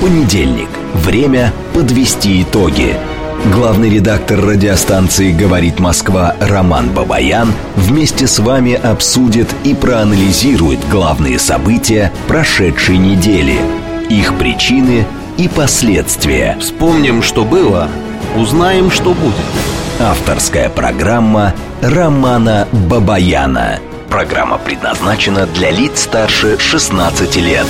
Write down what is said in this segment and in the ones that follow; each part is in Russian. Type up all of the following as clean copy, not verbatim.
Понедельник. Время подвести итоги. Главный редактор радиостанции «Говорит Москва» Роман Бабаян вместе с вами обсудит и проанализирует главные события прошедшей недели, их причины и последствия. Вспомним, что было, узнаем, что будет. Авторская программа Романа Бабаяна. Программа предназначена для лиц старше 16 лет.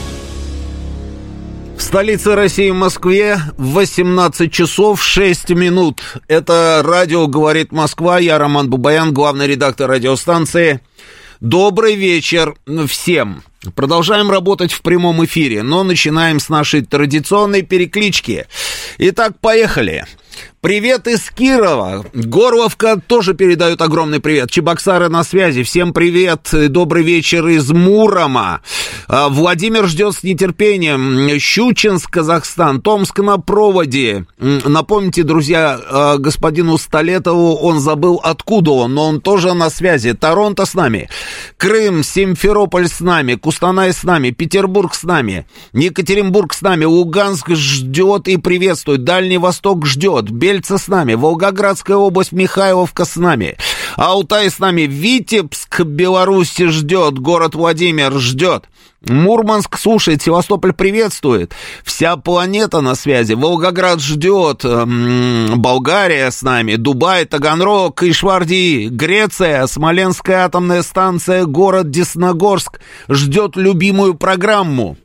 В столице России, Москве, 18 часов 6 минут. Это радио «Говорит Москва». Я Роман Бабаян, главный редактор радиостанции. Добрый вечер всем. Продолжаем работать в прямом эфире, но начинаем с нашей традиционной переклички. Итак, поехали. Привет из Кирова. Горловка тоже передают огромный привет. Чебоксары на связи. Всем привет. Добрый вечер из Мурома. Владимир ждет с нетерпением. Щучинск, Казахстан. Томск на проводе. Напомните, друзья, господину Столетову, он забыл, откуда он, но он тоже на связи. Торонто с нами. Крым, Симферополь с нами. Кустанай с нами. Петербург с нами. Екатеринбург с нами. Луганск ждет и приветствует. Дальний Восток ждет. Бельцы с нами, Волгоградская область, Михайловка с нами, Алтай с нами, Витебск, Беларусь ждет, город Владимир ждет, Мурманск слушает, Севастополь приветствует, вся планета на связи, Волгоград ждет, Болгария с нами, Дубай, Таганрог, Ишварди, Греция, Смоленская атомная станция, город Десногорск ждет любимую программу.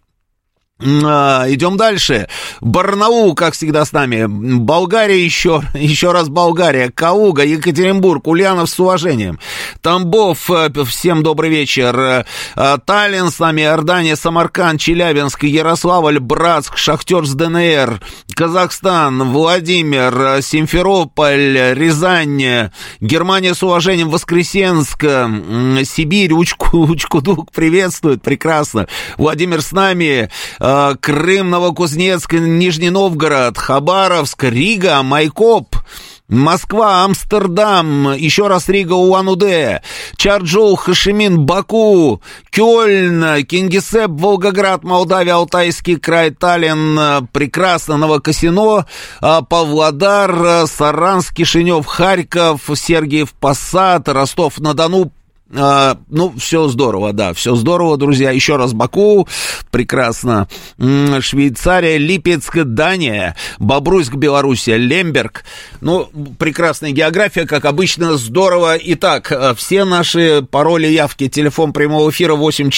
Идем дальше. Барнаул, как всегда, с нами. Болгария, еще раз Болгария. Калуга, Екатеринбург, Ульянов с уважением. Тамбов, всем добрый вечер. Таллин с нами, Иордания, Самарканд, Челябинск, Ярославль, Братск, Шахтер с ДНР, Казахстан, Владимир, Симферополь, Рязань, Германия с уважением, Воскресенск, Сибирь, Учкудук приветствует, прекрасно. Владимир с нами. Крым, Новокузнецк, Нижний Новгород, Хабаровск, Рига, Майкоп, Москва, Амстердам, еще раз Рига, Улан-Удэ, Чарджоу, Хошимин, Баку, Кёльн, Кингисепп, Волгоград, Молдавия, Алтайский край, Таллин, прекрасно, Новокосино, Павлодар, Саранск, Кишинев, Харьков, Сергиев Посад, Ростов-на-Дону. Все здорово, да, все здорово, друзья. Еще раз Баку, прекрасно. Швейцария, Липецк, Дания, Бобруйск, Белоруссия, Лемберг. Прекрасная география, как обычно, здорово. Итак, все наши пароли, явки, телефон прямого эфира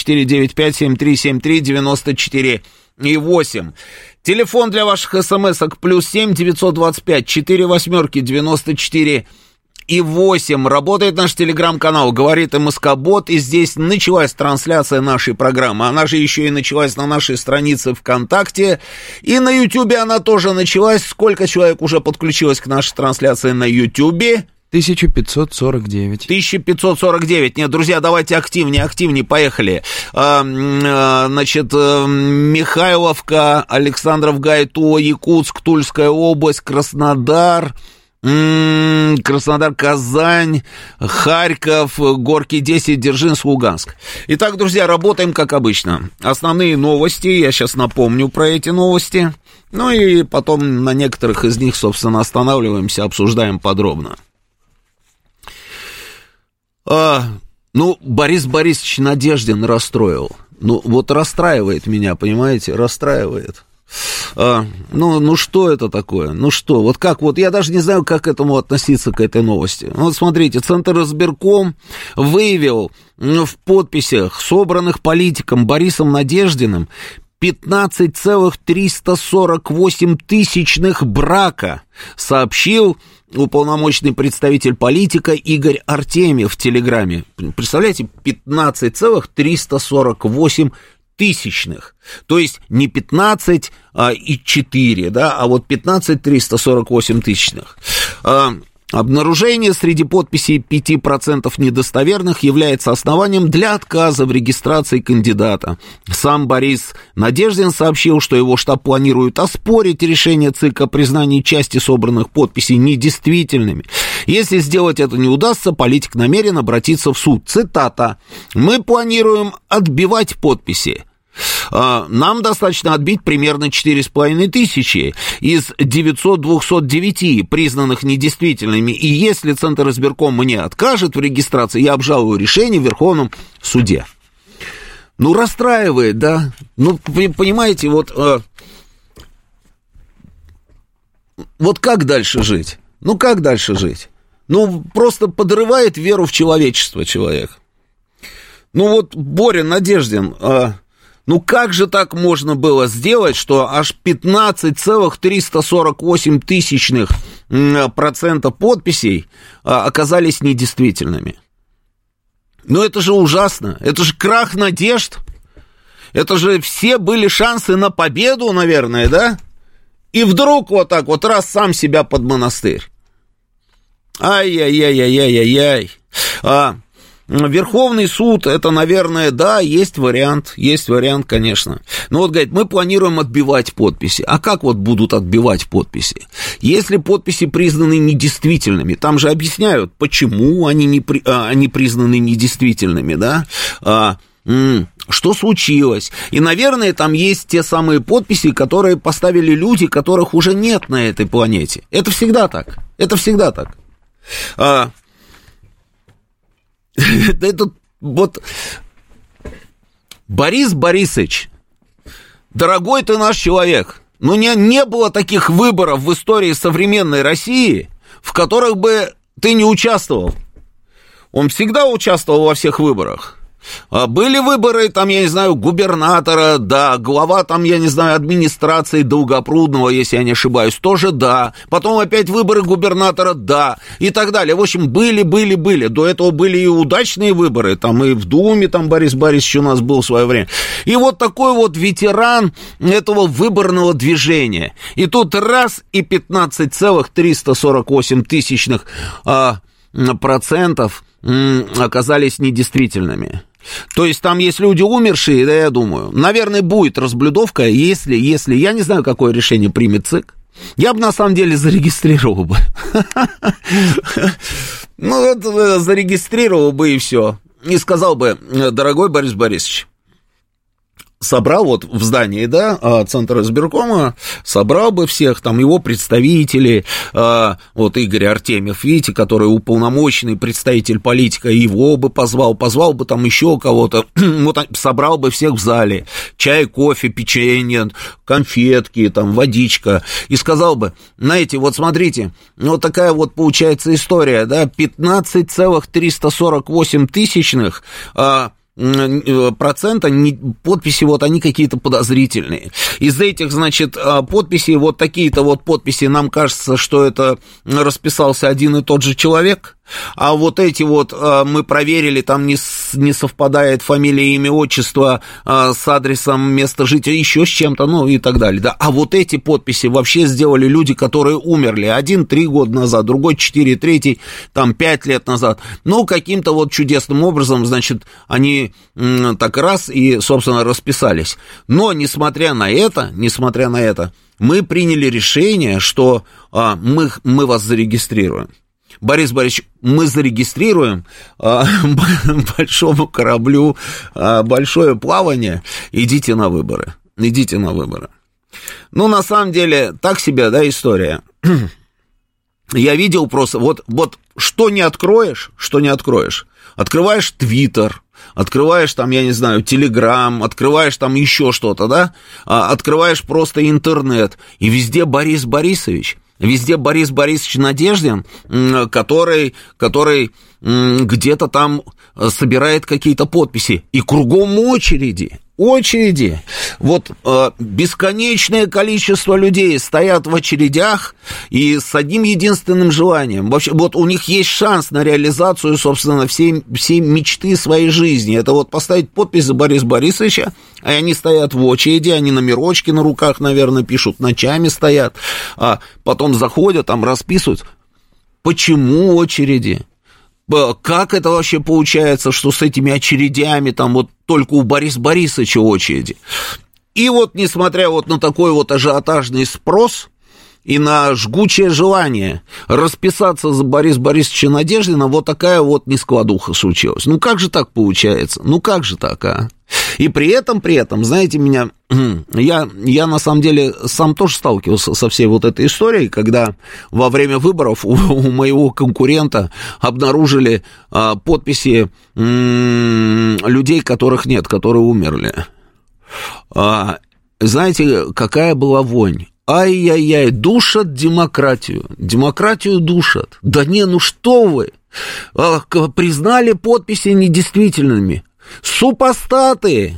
8495-7373-94 и 8. Телефон для ваших смс-ок +7 925 4 восьмерки 94 и 8. Работает наш телеграм-канал «Говорит МСК-бот», и здесь началась трансляция нашей программы. Она же еще и началась на нашей странице ВКонтакте, и на Ютубе она тоже началась. Сколько человек уже подключилось к нашей трансляции на Ютубе? 1549. 1549. Нет, друзья, давайте активнее, поехали. Значит, Михайловка, Александров-Гай, Тула, Якутск, Тульская область, Краснодар, Казань, Харьков, Горки 10, Дзержинск, Луганск. Итак, друзья, работаем как обычно. Основные новости, я сейчас напомню про эти новости. И потом на некоторых из них, собственно, останавливаемся, обсуждаем подробно. Борис Борисович Надеждин расстроил. Расстраивает меня, понимаете, расстраивает. Что это такое? Я даже не знаю, как к этому относиться, к этой новости. Смотрите, Центр избирком выявил в подписях, собранных политиком Борисом Надеждиным, 15,348 тысячных брака, сообщил уполномоченный представитель политика Игорь Артемьев в Телеграме. Представляете, 15,348 тысячных. То есть не 15,4, да, а 15,348 тысячных. Обнаружение среди подписей 5% недостоверных является основанием для отказа в регистрации кандидата. Сам Борис Надеждин сообщил, что его штаб планирует оспорить решение ЦИК о признании части собранных подписей недействительными. Если сделать это не удастся, политик намерен обратиться в суд. Цитата. «Мы планируем отбивать подписи. Нам достаточно отбить примерно 4500 из 900-209 признанных недействительными. И если Центр избирком мне откажет в регистрации, я обжалую решение в Верховном суде. Ну, расстраивает, да? Ну, понимаете, вот как дальше жить? Ну, как дальше жить? Ну, просто подрывает веру в человечество человек. Ну, вот Боря Надеждин... Ну, как же так можно было сделать, что аж 15,348% подписей оказались недействительными? Ну, это же ужасно. Это же крах надежд. Это же все были шансы на победу, наверное, да? И вдруг вот так вот раз сам себя под монастырь. Ай-яй-яй-яй-яй-яй-яй. Верховный суд, это, наверное, да, есть вариант, конечно. Но вот, говорит, мы планируем отбивать подписи. А как вот будут отбивать подписи? Если подписи признаны недействительными, там же объясняют, почему они признаны недействительными, да? Что случилось? И, наверное, там есть те самые подписи, которые поставили люди, которых уже нет на этой планете. Это всегда так. Это вот Борис Борисович, дорогой ты наш человек, но не было таких выборов в истории современной России, в которых бы ты не участвовал. Он всегда участвовал во всех выборах. Были выборы, там, я не знаю, губернатора, да, глава, там, я не знаю, администрации Долгопрудного, если я не ошибаюсь, тоже да, потом опять выборы губернатора, да, и так далее. В общем, были, до этого были и удачные выборы, там, и в Думе, там, Борис Борисович у нас был в свое время. И вот такой вот ветеран этого выборного движения. И тут раз, и 15,348% оказались недействительными. То есть там есть люди умершие, да, я думаю. Наверное, будет разблюдовка, если я не знаю, какое решение примет ЦИК. Я бы, на самом деле, зарегистрировал бы. Ну, вот зарегистрировал бы и все. И сказал бы, дорогой Борис Борисович, собрал вот в здании, да, Центра избиркома, собрал бы всех, там, его представителей, вот Игорь Артемьев, видите, который уполномоченный представитель политика, его бы позвал бы там еще кого-то, вот собрал бы всех в зале, чай, кофе, печенье, конфетки, там, водичка, и сказал бы, знаете, вот смотрите, вот такая вот получается история, да, 15,348% процента подписи, вот они какие-то подозрительные. Из этих, значит, подписей, вот такие-то вот подписи, нам кажется, что это расписался один и тот же человек, а вот эти вот мы проверили, там не совпадает фамилия, имя, отчество с адресом места жительства, еще с чем-то, ну и так далее, да. А вот эти подписи вообще сделали люди, которые умерли. Один 3 года назад, другой 4, третий там 5 лет назад. Ну, каким-то вот чудесным образом, значит, они так раз и, собственно, расписались. Но, несмотря на это, мы приняли решение, что мы вас зарегистрируем. Борис Борисович, мы зарегистрируем большому кораблю большое плавание, идите на выборы. Ну, на самом деле, так себе, да, история. Я видел просто, вот что не откроешь, открываешь Твиттер, открываешь там, я не знаю, Телеграм, открываешь там еще что-то, да, открываешь просто интернет, и везде Борис Борисович Надеждин, который где-то там собирает какие-то подписи, и кругом очереди. Вот бесконечное количество людей стоят в очередях и с одним единственным желанием. Вообще, вот у них есть шанс на реализацию, собственно, всей мечты своей жизни. Это вот поставить подпись за Бориса Борисовича, а они стоят в очереди, они номерочки на руках, наверное, пишут, ночами стоят, а потом заходят, там расписывают. Почему очереди? Как это вообще получается, что с этими очередями там вот только у Бориса Борисовича очереди? И вот, несмотря вот на такой вот ажиотажный спрос и на жгучее желание расписаться за Бориса Борисовича Надеждина, вот такая вот нескладуха случилась. Ну, как же так получается? Ну, как же так, а? И при этом, знаете, я на самом деле сам тоже сталкивался со всей вот этой историей, когда во время выборов у моего конкурента обнаружили подписи людей, которых нет, которые умерли. Знаете, какая была вонь? Ай-яй-яй, душат демократию душат. Да не, ну что вы, признали подписи недействительными. Супостаты,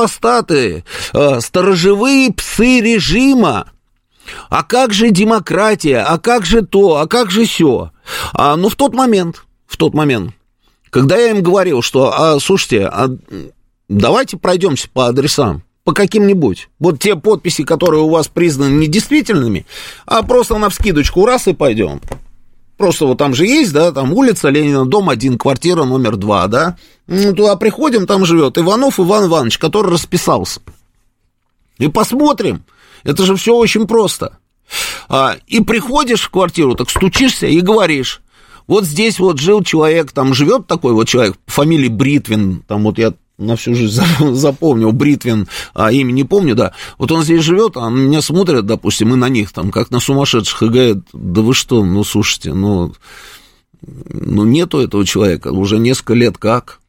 сторожевые псы режима. А как же демократия, а как же то, а как же сё? Ну, в тот момент, когда я им говорил, что, слушайте, давайте пройдемся по адресам, по каким-нибудь. Вот те подписи, которые у вас признаны недействительными, просто навскидочку раз и пойдем. Просто вот там же есть, да, там улица Ленина, дом 1, квартира номер 2, да. Туда приходим, там живет Иванов Иван Иванович, который расписался. И посмотрим. Это же все очень просто. И приходишь в квартиру, так стучишься и говоришь: вот здесь вот жил человек, там живет такой вот человек, по фамилии Бритвин, там вот я на всю жизнь запомнил, Бритвин, имя не помню, да, вот он здесь живет, а меня смотрят, допустим, и на них, там, как на сумасшедших, и говорят: да вы что, ну, слушайте, ну нету этого человека, уже несколько лет как,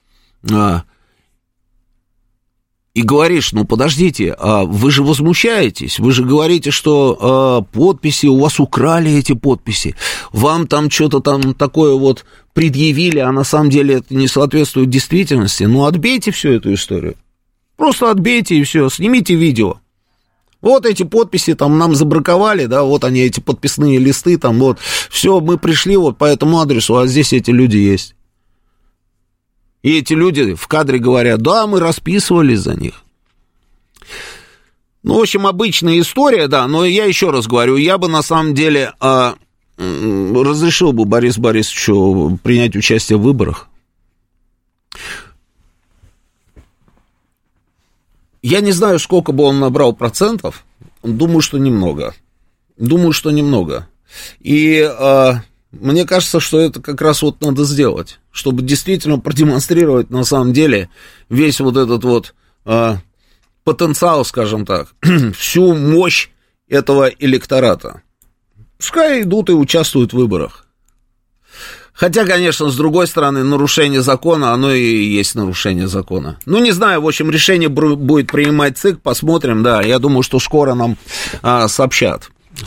и говоришь: ну, подождите, вы же возмущаетесь, вы же говорите, что подписи, у вас украли эти подписи, вам там что-то там такое вот предъявили, а на самом деле это не соответствует действительности. Ну, отбейте всю эту историю. Просто отбейте и все, снимите видео. Вот эти подписи там нам забраковали, да, вот они, эти подписные листы, там вот, все, мы пришли вот по этому адресу, а здесь эти люди есть. И эти люди в кадре говорят: да, мы расписывались за них. Ну, в общем, обычная история, да, но я еще раз говорю, я бы на самом деле разрешил бы Борису Борисовичу принять участие в выборах. Я не знаю, сколько бы он набрал процентов, думаю, что немного. И мне кажется, что это как раз вот надо сделать, чтобы действительно продемонстрировать на самом деле весь вот этот вот потенциал, скажем так, всю мощь этого электората. Пускай идут и участвуют в выборах. Хотя, конечно, с другой стороны, нарушение закона, оно и есть нарушение закона. Ну, не знаю, в общем, решение будет принимать ЦИК, посмотрим, да, я думаю, что скоро нам сообщат.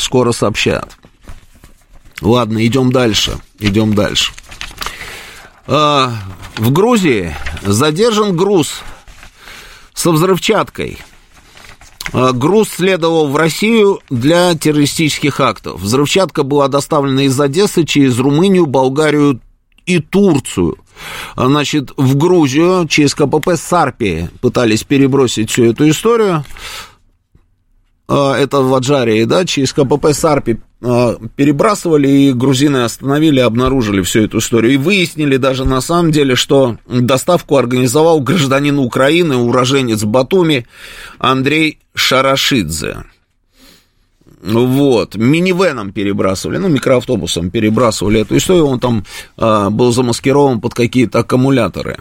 Ладно, идем дальше. В Грузии задержан груз со взрывчаткой. Груз следовал в Россию для террористических актов. Взрывчатка была доставлена из Одессы через Румынию, Болгарию и Турцию. Значит, в Грузию через КПП Сарпи пытались перебросить всю эту историю. Это в Аджарии, да, через КПП Сарпи перебрасывали, и грузины остановили, обнаружили всю эту историю. И выяснили даже на самом деле, что доставку организовал гражданин Украины, уроженец Батуми Андрей Шарашидзе. Вот, минивеном перебрасывали, микроавтобусом перебрасывали эту историю, он там был замаскирован под какие-то аккумуляторы.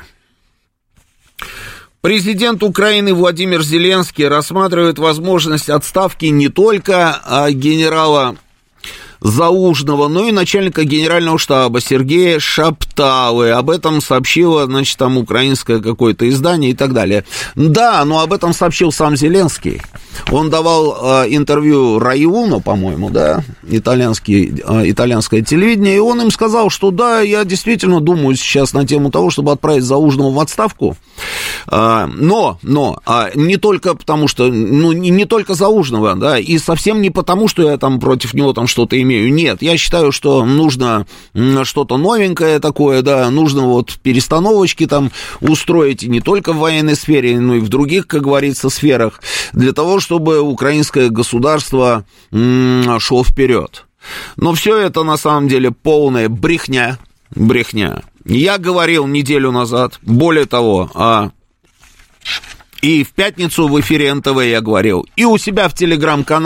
Президент Украины Владимир Зеленский рассматривает возможность отставки не только генерала Залужного, но и начальника генерального штаба Сергея Шапталы. Об этом сообщило, значит, там украинское какое-то издание и так далее. Да, но об этом сообщил сам Зеленский. Он давал интервью Району, по-моему, да, итальянское телевидение, и он им сказал, что да, я действительно думаю сейчас на тему того, чтобы отправить Залужного в отставку. Но не только потому, что, не только Залужного, да, и совсем не потому, что я там против него там что-то имею. Нет, я считаю, что нужно что-то новенькое такое, да, нужно вот перестановочки там устроить и не только в военной сфере, но и в других, как говорится, сферах, для того, чтобы украинское государство шло вперед. Но все это на самом деле полная брехня. Я говорил неделю назад, более того, и в пятницу в эфире НТВ я говорил, и у себя в телеграм-канале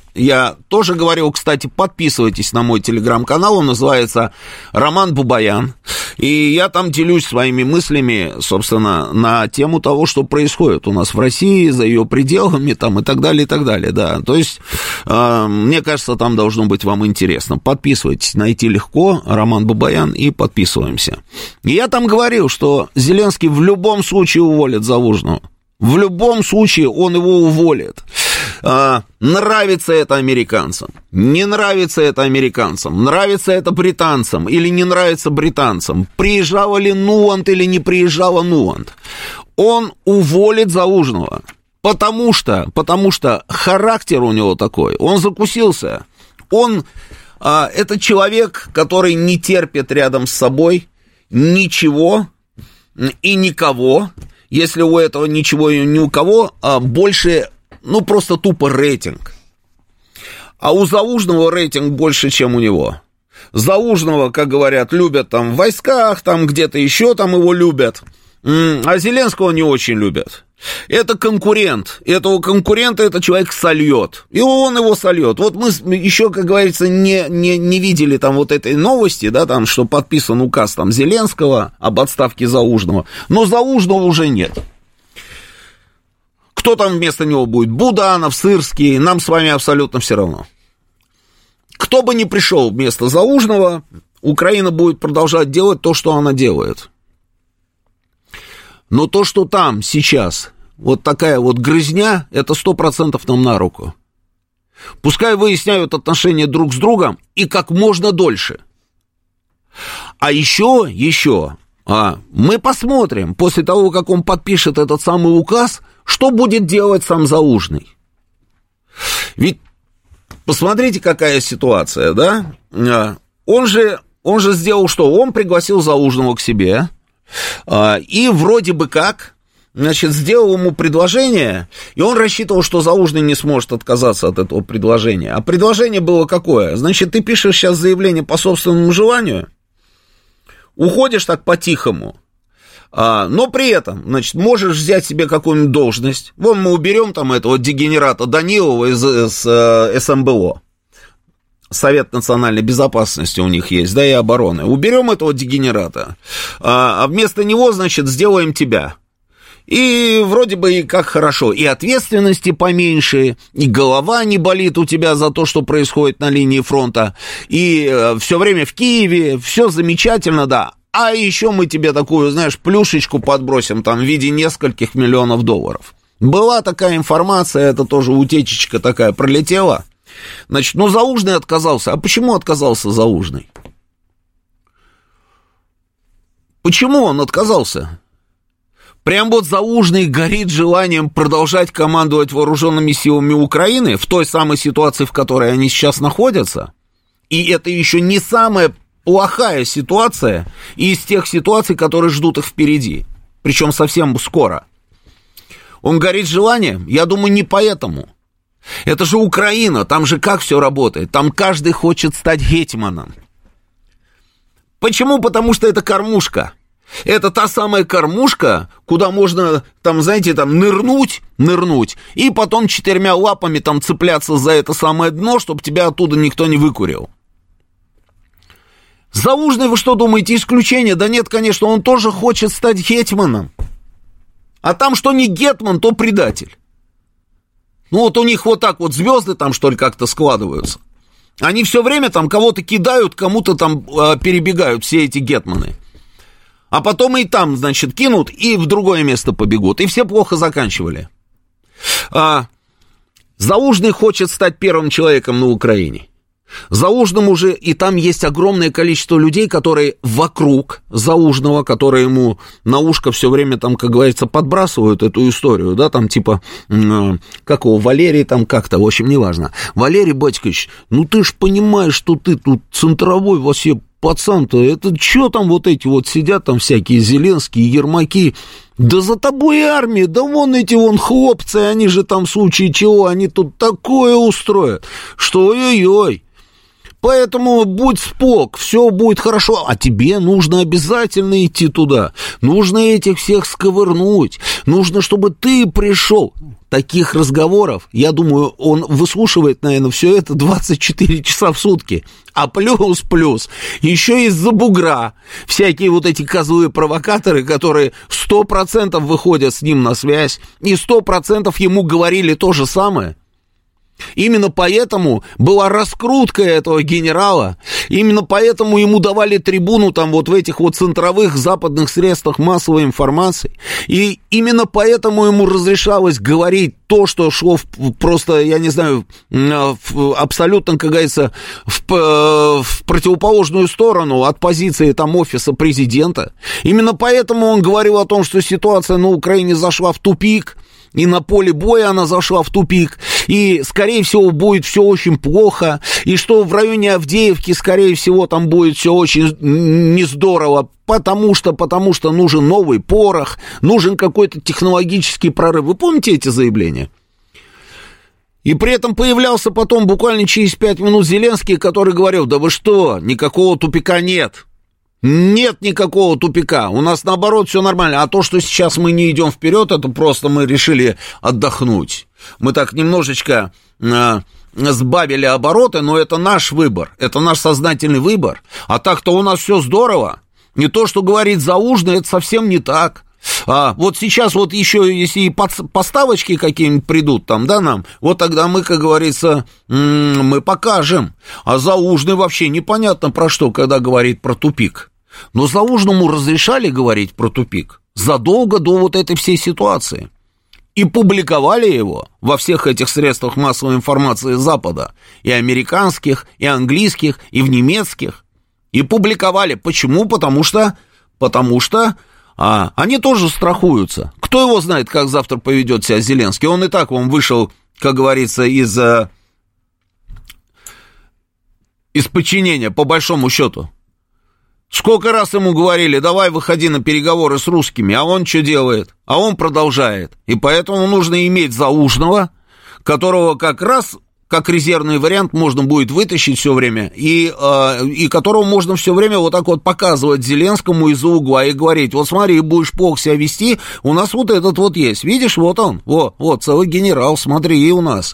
я тоже говорил. Кстати, подписывайтесь на мой телеграм-канал, он называется «Роман Бабаян». И я там делюсь своими мыслями, собственно, на тему того, что происходит у нас в России, за ее пределами, там, и так далее, да. То есть, мне кажется, там должно быть вам интересно. Подписывайтесь, найти легко, Роман Бабаян, и подписываемся. И я там говорил, что Зеленский в любом случае уволит Залужного. В любом случае он его уволит. Нравится это американцам, не нравится это американцам, нравится это британцам или не нравится британцам, приезжала ли Нуант или не приезжала Нуант, он уволит Залужного, потому что характер у него такой, он закусился, это человек, который не терпит рядом с собой ничего и никого, если у этого ничего и ни у кого, больше... просто тупо рейтинг. А у Залужного рейтинг больше, чем у него. Залужного, как говорят, любят там в войсках, там где-то еще там его любят. А Зеленского не очень любят. Это конкурент. Этого конкурента этот человек сольет. И он его сольет. Вот мы еще, как говорится, не видели там вот этой новости, да, там, что подписан указ там Зеленского об отставке Залужного. Но Залужного уже нет. Кто там вместо него будет? Буданов, Сырский, нам с вами абсолютно все равно. Кто бы ни пришел вместо Залужного, Украина будет продолжать делать то, что она делает. Но то, что там сейчас вот такая вот грызня, это 100% нам на руку. Пускай выясняют отношения друг с другом и как можно дольше. А еще, мы посмотрим, после того, как он подпишет этот самый указ, что будет делать сам Залужный. Ведь посмотрите, какая ситуация, да? Он же сделал что? Он пригласил Залужного к себе и вроде бы как, значит, сделал ему предложение, и он рассчитывал, что Залужный не сможет отказаться от этого предложения. А предложение было какое? Значит, ты пишешь сейчас заявление по собственному желанию, уходишь так по-тихому, но при этом, значит, можешь взять себе какую-нибудь должность. Вон мы уберем там этого дегенерата Данилова из СМБО. Совет национальной безопасности у них есть, да, и обороны. Уберем этого дегенерата, а вместо него, значит, сделаем тебя. И вроде бы и как хорошо, и ответственности поменьше, и голова не болит у тебя за то, что происходит на линии фронта, и все время в Киеве, все замечательно, да. А еще мы тебе такую, знаешь, плюшечку подбросим там в виде нескольких миллионов долларов. Была такая информация, это тоже утечечка такая пролетела. Значит, Залужный отказался. А почему отказался Залужный? Почему он отказался? Прям вот Залужный горит желанием продолжать командовать вооруженными силами Украины в той самой ситуации, в которой они сейчас находятся. И это еще не самая плохая ситуация из тех ситуаций, которые ждут их впереди. Причем совсем скоро. Он горит желанием? Я думаю, не поэтому. Это же Украина, там же как все работает? Там каждый хочет стать гетьманом. Почему? Потому что это кормушка. Это та самая кормушка, куда можно, там, знаете, там нырнуть, и потом 4 лапами там цепляться за это самое дно, чтобы тебя оттуда никто не выкурил. Залужный, вы что думаете, исключение? Да нет, конечно, он тоже хочет стать гетьманом. А там что не гетман, то предатель. Вот у них вот так вот звезды там, что ли, как-то складываются. Они все время там кого-то кидают, кому-то там перебегают все эти гетманы. А потом и там, значит, кинут и в другое место побегут. И все плохо заканчивали. Залужный хочет стать первым человеком на Украине. Залужным уже, и там есть огромное количество людей, которые вокруг Залужного, которые ему на ушко все время там, как говорится, подбрасывают эту историю, да, там типа, как его, Валерий там как-то, в общем, неважно. Валерий Батькович, ты ж понимаешь, что ты тут центровой вообще пацан-то, это что там вот эти вот сидят там всякие Зеленские, Ермаки, да за тобой армия, да вон эти вон хлопцы, они же там в случае чего, они тут такое устроят, что ой-ой-ой. Поэтому будь спок, все будет хорошо, а тебе нужно обязательно идти туда. Нужно этих всех сковырнуть, нужно, чтобы ты пришел. Таких разговоров, я думаю, он выслушивает, наверное, все это 24 часа в сутки. А плюс, еще из-за бугра всякие вот эти козлы-провокаторы, которые 100% выходят с ним на связь, и 100% ему говорили то же самое. Именно поэтому была раскрутка этого генерала, именно поэтому ему давали трибуну там вот в этих вот центровых западных средствах массовой информации, и именно поэтому ему разрешалось говорить то, что шло просто, я не знаю, абсолютно, как говорится, в противоположную сторону от позиции там офиса президента. Именно поэтому он говорил о том, что ситуация на Украине зашла в тупик, и на поле боя она зашла в тупик, и, скорее всего, будет все очень плохо, и что в районе Авдеевки, скорее всего, там будет все очень не здорово, потому что нужен новый порох, нужен какой-то технологический прорыв. Вы помните эти заявления? И при этом появлялся потом буквально через 5 минут Зеленский, который говорил: да вы что, никакого тупика нет. Нет никакого тупика, у нас наоборот все нормально, а то, что сейчас мы не идем вперед, это просто мы решили отдохнуть. Мы так немножечко сбавили обороты, но это наш выбор, это наш сознательный выбор, а так-то у нас все здорово. Не то, что говорит Залужный, это совсем не так. Вот сейчас вот еще, если и поставочки какие-нибудь придут там, да, нам, вот тогда мы, как говорится, мы покажем. А Залужный вообще непонятно про что, когда говорит про тупик. Но Залужному разрешали говорить про тупик задолго до вот этой всей ситуации. И публиковали его во всех этих средствах массовой информации Запада, и американских, и английских, и в немецких. И публиковали. Почему? Потому что они тоже страхуются. Кто его знает, как завтра поведет себя Зеленский? Он и так вышел, как говорится, из подчинения, по большому счету. Сколько раз ему говорили: давай выходи на переговоры с русскими, а он что делает? А он продолжает. И поэтому нужно иметь Залужного, которого как раз, как резервный вариант, можно будет вытащить все время, и которого можно все время вот так вот показывать Зеленскому из-за угла и говорить: вот смотри, будешь плохо себя вести, у нас вот этот вот есть, видишь, вот он, вот целый генерал, смотри, у нас.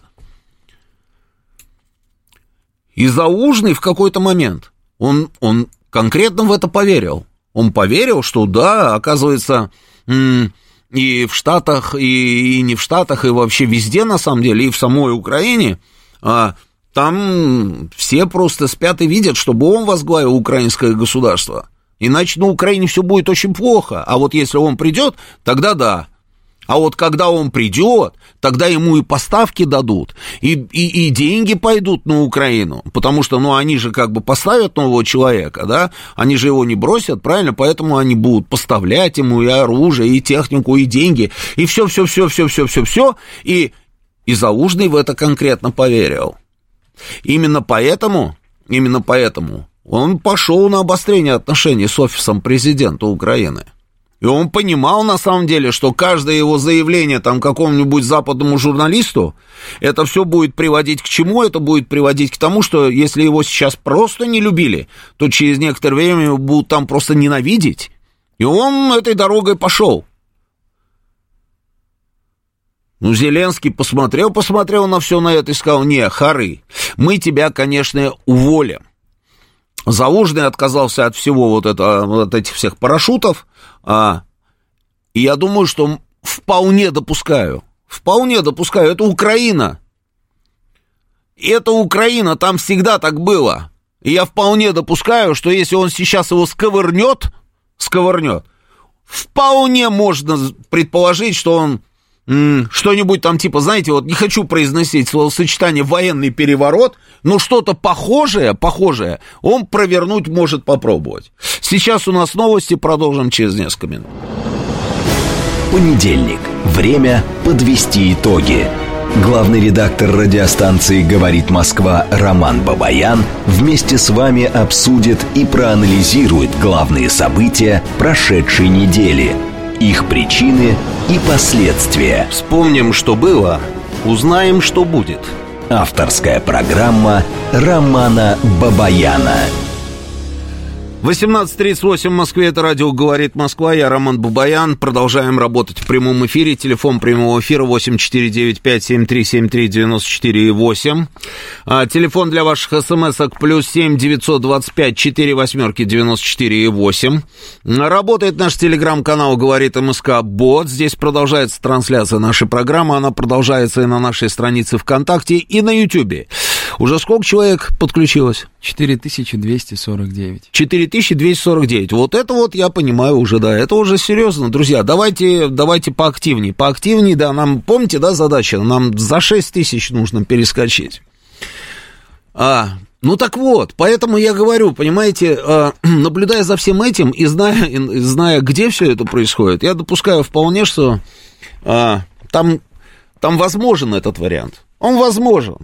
И Залужный в какой-то момент, он конкретно в это поверил. Он поверил, что да, оказывается, и в Штатах, и не в Штатах, и вообще везде, на самом деле, и в самой Украине, там все просто спят и видят, чтобы он возглавил украинское государство. Иначе на Украине все будет очень плохо. А вот если он придет, тогда да. А вот когда он придет, тогда ему и поставки дадут, и деньги пойдут на Украину, потому что, они же как бы поставят нового человека, да, они же его не бросят, правильно, поэтому они будут поставлять ему и оружие, и технику, и деньги, и все, и Залужный в это конкретно поверил. Именно поэтому он пошел на обострение отношений с офисом президента Украины. И он понимал, на самом деле, что каждое его заявление там какому-нибудь западному журналисту, это все будет приводить к чему? Это будет приводить к тому, что если его сейчас просто не любили, то через некоторое время его будут там просто ненавидеть. И он этой дорогой пошел. Зеленский посмотрел на все на это и сказал: не, хоры, мы тебя, конечно, уволим. Залужный отказался от всего вот этих всех парашютов, и я думаю, что вполне допускаю, это Украина, там всегда так было, и я вполне допускаю, что если он сейчас его сковырнет, вполне можно предположить, что он что-нибудь там типа, знаете, вот не хочу произносить словосочетание «военный переворот», но что-то похожее он провернуть может попробовать. Сейчас у нас новости, продолжим через несколько минут. Понедельник. Время подвести итоги. Главный редактор радиостанции «Говорит Москва» Роман Бабаян вместе с вами обсудит и проанализирует главные события прошедшей недели, их причины и последствия. Вспомним, что было, узнаем, что будет. Авторская программа Романа Бабаяна. 18:38 в Москве, это радио «Говорит Москва», я Роман Бабаян. Продолжаем работать в прямом эфире. Телефон прямого эфира 8495-7373-94,8. Телефон для ваших смс-ок +7 925 48 94,8. Работает наш телеграм-канал «Говорит МСК Бот». Здесь продолжается трансляция нашей программы. Она продолжается и на нашей странице ВКонтакте, и на Ютьюбе. Уже сколько человек подключилось? 4249. 4249. Вот это вот я понимаю уже, да, это уже серьезно. Друзья, давайте поактивнее. Поактивнее, да, нам, помните, да, задача? Нам за 6 тысяч нужно перескочить. Ну так вот, поэтому я говорю, понимаете, наблюдая за всем этим и зная, где все это происходит, я допускаю вполне, что там возможен этот вариант. Он возможен.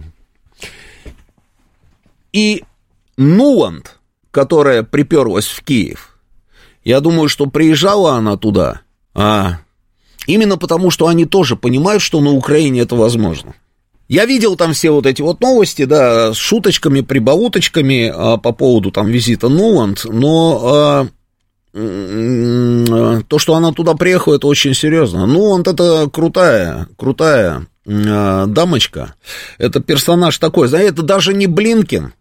И Нуланд, которая приперлась в Киев, я думаю, что приезжала она туда именно потому, что они тоже понимают, что на Украине это возможно. Я видел там все вот эти вот новости, да, с шуточками, прибауточками по поводу там визита Нуланд, но то, что она туда приехала, это очень серьезно. Нуланд это крутая дамочка, это персонаж такой, знаете, это даже не Блинкен.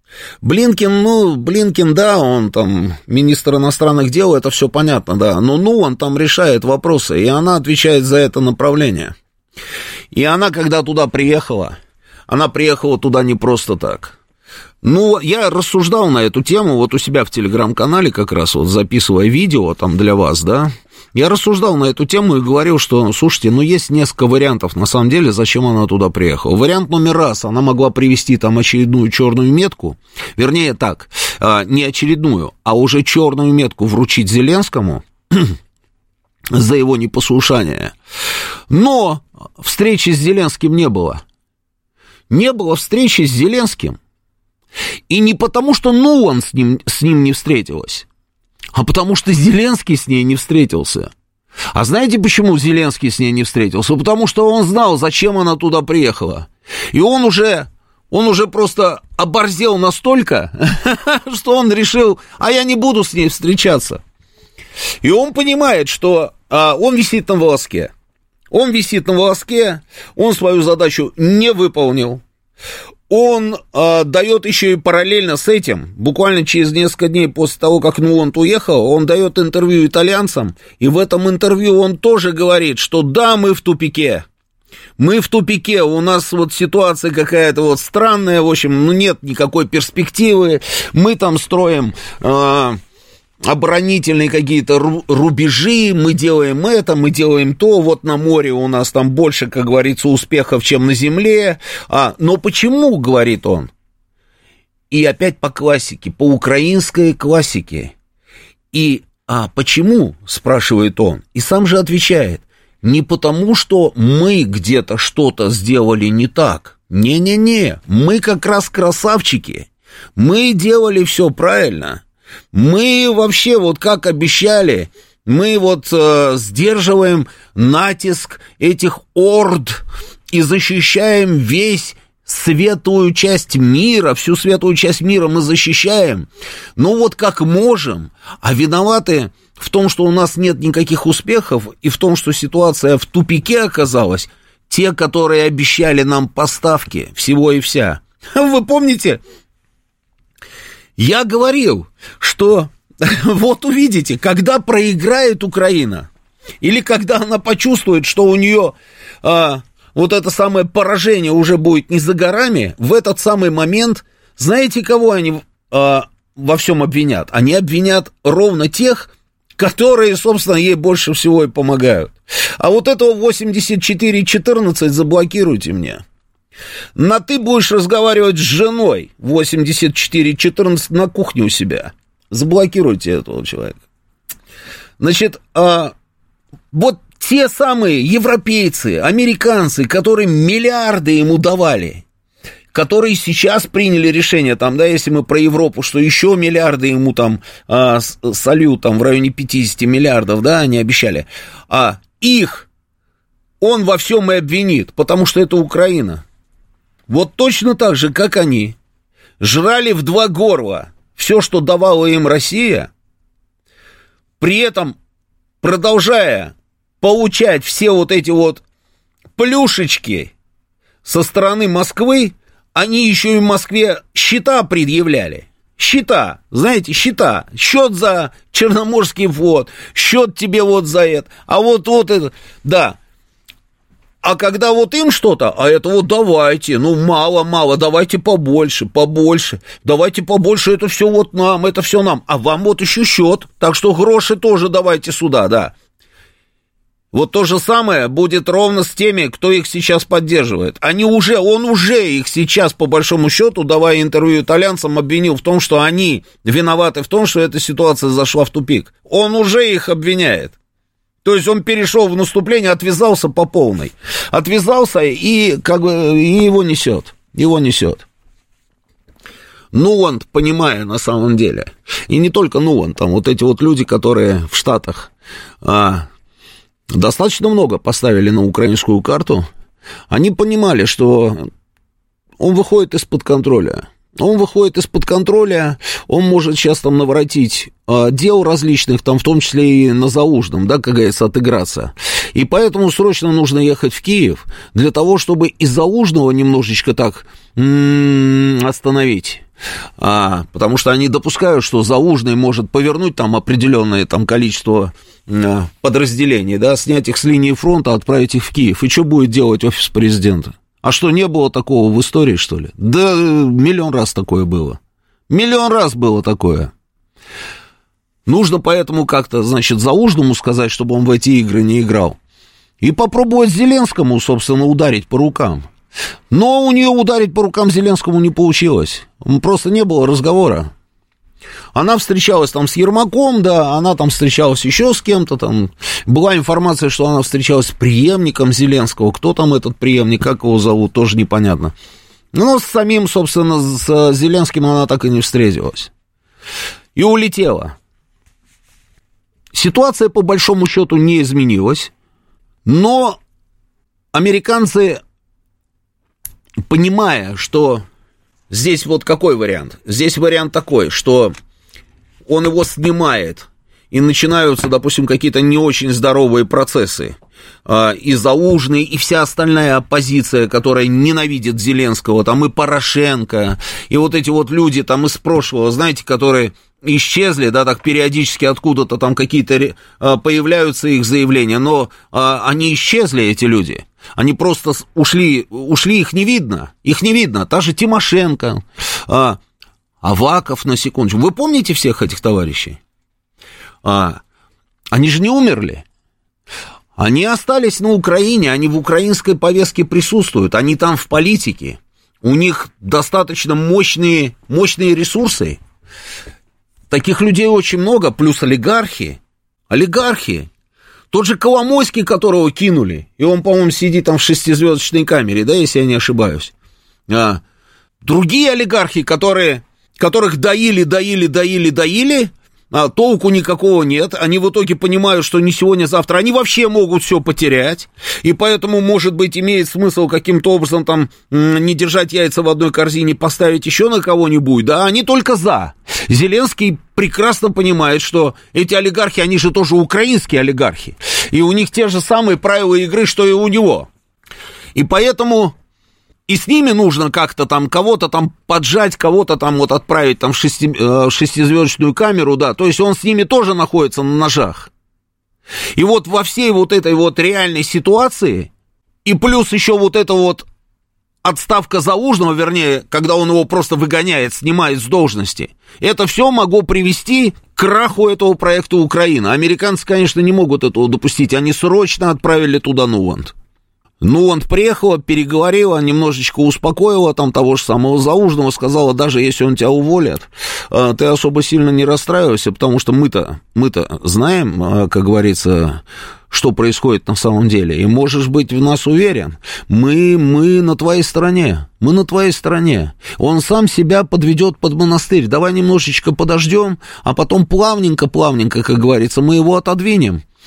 Блинкен, да, он там министр иностранных дел, это все понятно, да, но он там решает вопросы, и она отвечает за это направление. И она, когда туда приехала, она приехала туда не просто так. Ну, я рассуждал на эту тему вот у себя в телеграм-канале, как раз вот записывая видео там для вас, да, я рассуждал на эту тему и говорил, что, слушайте, есть несколько вариантов, на самом деле, зачем она туда приехала. Вариант номер раз, она могла привезти там очередную черную метку, вернее так, не очередную, а уже черную метку вручить Зеленскому за его непослушание. Но встречи с Зеленским не было. Не было встречи с Зеленским. И не потому, что Нуланд с ним не встретилась, а потому что Зеленский с ней не встретился. А знаете, почему Зеленский с ней не встретился? Потому что он знал, зачем она туда приехала. И он уже просто оборзел настолько, что он решил, я не буду с ней встречаться. И он понимает, что он висит на волоске. Он висит на волоске, он свою задачу не выполнил. Он дает еще и параллельно с этим, буквально через несколько дней после того, как Нуланд уехал, он дает интервью итальянцам, и в этом интервью он тоже говорит, что да, мы в тупике, у нас вот ситуация какая-то вот странная, в общем, нет никакой перспективы, мы там строим оборонительные какие-то рубежи, мы делаем это, мы делаем то, вот на море у нас там больше, как говорится, успехов, чем на земле, но почему, говорит он, и опять по классике, по украинской классике, и почему, спрашивает он, и сам же отвечает, не потому, что мы где-то что-то сделали не так, не-не-не, мы как раз красавчики, мы делали все правильно. Мы вообще, вот как обещали, мы вот сдерживаем натиск этих орд и защищаем весь светлую часть мира, всю светлую часть мира мы защищаем, вот как можем, а виноваты в том, что у нас нет никаких успехов, и в том, что ситуация в тупике оказалась, те, которые обещали нам поставки всего и вся. Вы помните? Я говорил, что вот увидите, когда проиграет Украина, или когда она почувствует, что у нее вот это самое поражение уже будет не за горами, в этот самый момент, знаете, кого они во всем обвинят? Они обвинят ровно тех, которые, собственно, ей больше всего и помогают. А вот этого 8414 заблокируйте мне. На ты будешь разговаривать с женой 8414 на кухне у себя. Заблокируйте этого человека. Значит, вот те самые европейцы, американцы, которые миллиарды ему давали, которые сейчас приняли решение, там, да, если мы про Европу, что еще миллиарды ему там сольют, там, в районе 50 миллиардов, да, они обещали, их он во всем и обвинит, потому что это Украина. вот точно так же, как они, жрали в 2 горла все, что давала им Россия, при этом продолжая получать все вот эти вот плюшечки со стороны Москвы, они еще и в Москве счета предъявляли. Счета, знаете, счета. Счет за Черноморский флот, счет тебе вот за это, а вот это, да. А когда вот им что-то, а это вот давайте, ну мало, давайте побольше, давайте побольше, это все вот нам, это все нам, а вам вот еще счет, так что гроши тоже давайте сюда, да. Вот то же самое будет ровно с теми, кто их сейчас поддерживает. Он уже их сейчас, по большому счету, давая интервью итальянцам, обвинил в том, что они виноваты в том, что эта ситуация зашла в тупик. Он уже их обвиняет. То есть он перешел в наступление, отвязался по полной. Отвязался и как бы и его несет. Нуланд, понимая на самом деле, и не только Нуланд, там вот эти вот люди, которые в Штатах достаточно много поставили на украинскую карту, они понимали, что он выходит из-под контроля. Он может сейчас там наворотить дел различных, там в том числе и на Залужном, да, как говорится, отыграться. И поэтому срочно нужно ехать в Киев для того, чтобы из Залужного немножечко так остановить. Потому что они допускают, что Залужный может повернуть там определенное там количество подразделений, да, снять их с линии фронта, отправить их в Киев. И что будет делать офис президента? А что, не было такого в истории, что ли? Да, миллион раз такое было. Миллион раз было такое. Нужно поэтому как-то, значит, Залужному сказать, чтобы он в эти игры не играл. И попробовать Зеленскому, собственно, ударить по рукам. Но у нее ударить по рукам Зеленскому не получилось. Просто не было разговора. Она встречалась там с Ермаком, да, она там встречалась еще с кем-то там. Была информация, что она встречалась с преемником Зеленского. Кто там этот преемник, как его зовут, тоже непонятно. Но с самим, собственно, с Зеленским она так и не встретилась. И улетела. Ситуация, по большому счету, не изменилась. Но американцы, понимая, что здесь вот какой вариант? Здесь вариант такой, что он его снимает, и начинаются, допустим, какие-то не очень здоровые процессы. И Залужный, и вся остальная оппозиция, которая ненавидит Зеленского, там и Порошенко, и вот эти вот люди там из прошлого, знаете, которые исчезли, да, так периодически откуда-то там какие-то появляются их заявления, но они исчезли, эти люди. Они просто ушли, их не видно, та же Тимошенко, Аваков, на секундочку. Вы помните всех этих товарищей? Они же не умерли. Они остались на Украине, они в украинской повестке присутствуют, они там в политике. У них достаточно мощные ресурсы. Таких людей очень много, плюс олигархи. Тот же Коломойский, которого кинули, и он, по-моему, сидит там в 6-звездочной камере, да, если я не ошибаюсь. Другие олигархи, которых доили, толку никакого нет, они в итоге понимают, что не сегодня-завтра они вообще могут все потерять, и поэтому, может быть, имеет смысл каким-то образом там не держать яйца в одной корзине, поставить еще на кого-нибудь, да, они только за. Зеленский прекрасно понимает, что эти олигархи, они же тоже украинские олигархи, и у них те же самые правила игры, что и у него, и поэтому... И с ними нужно как-то там кого-то там поджать, кого-то там вот отправить там в 6-звездочную камеру, да, то есть он с ними тоже находится на ножах. И вот во всей вот этой вот реальной ситуации, и плюс еще вот эта вот отставка Залужного, вернее, когда он его просто выгоняет, снимает с должности, это все могло привести к краху этого проекта Украина. Американцы, конечно, не могут этого допустить, они срочно отправили туда Нуланд. Нуланд приехала, переговорила, немножечко успокоила там того же самого Залужного, сказала, даже если он тебя уволит, ты особо сильно не расстраивайся, потому что мы-то знаем, как говорится, что происходит на самом деле, и можешь быть в нас уверен, мы на твоей стороне, он сам себя подведет под монастырь, давай немножечко подождем, а потом плавненько, как говорится, мы его отодвинем.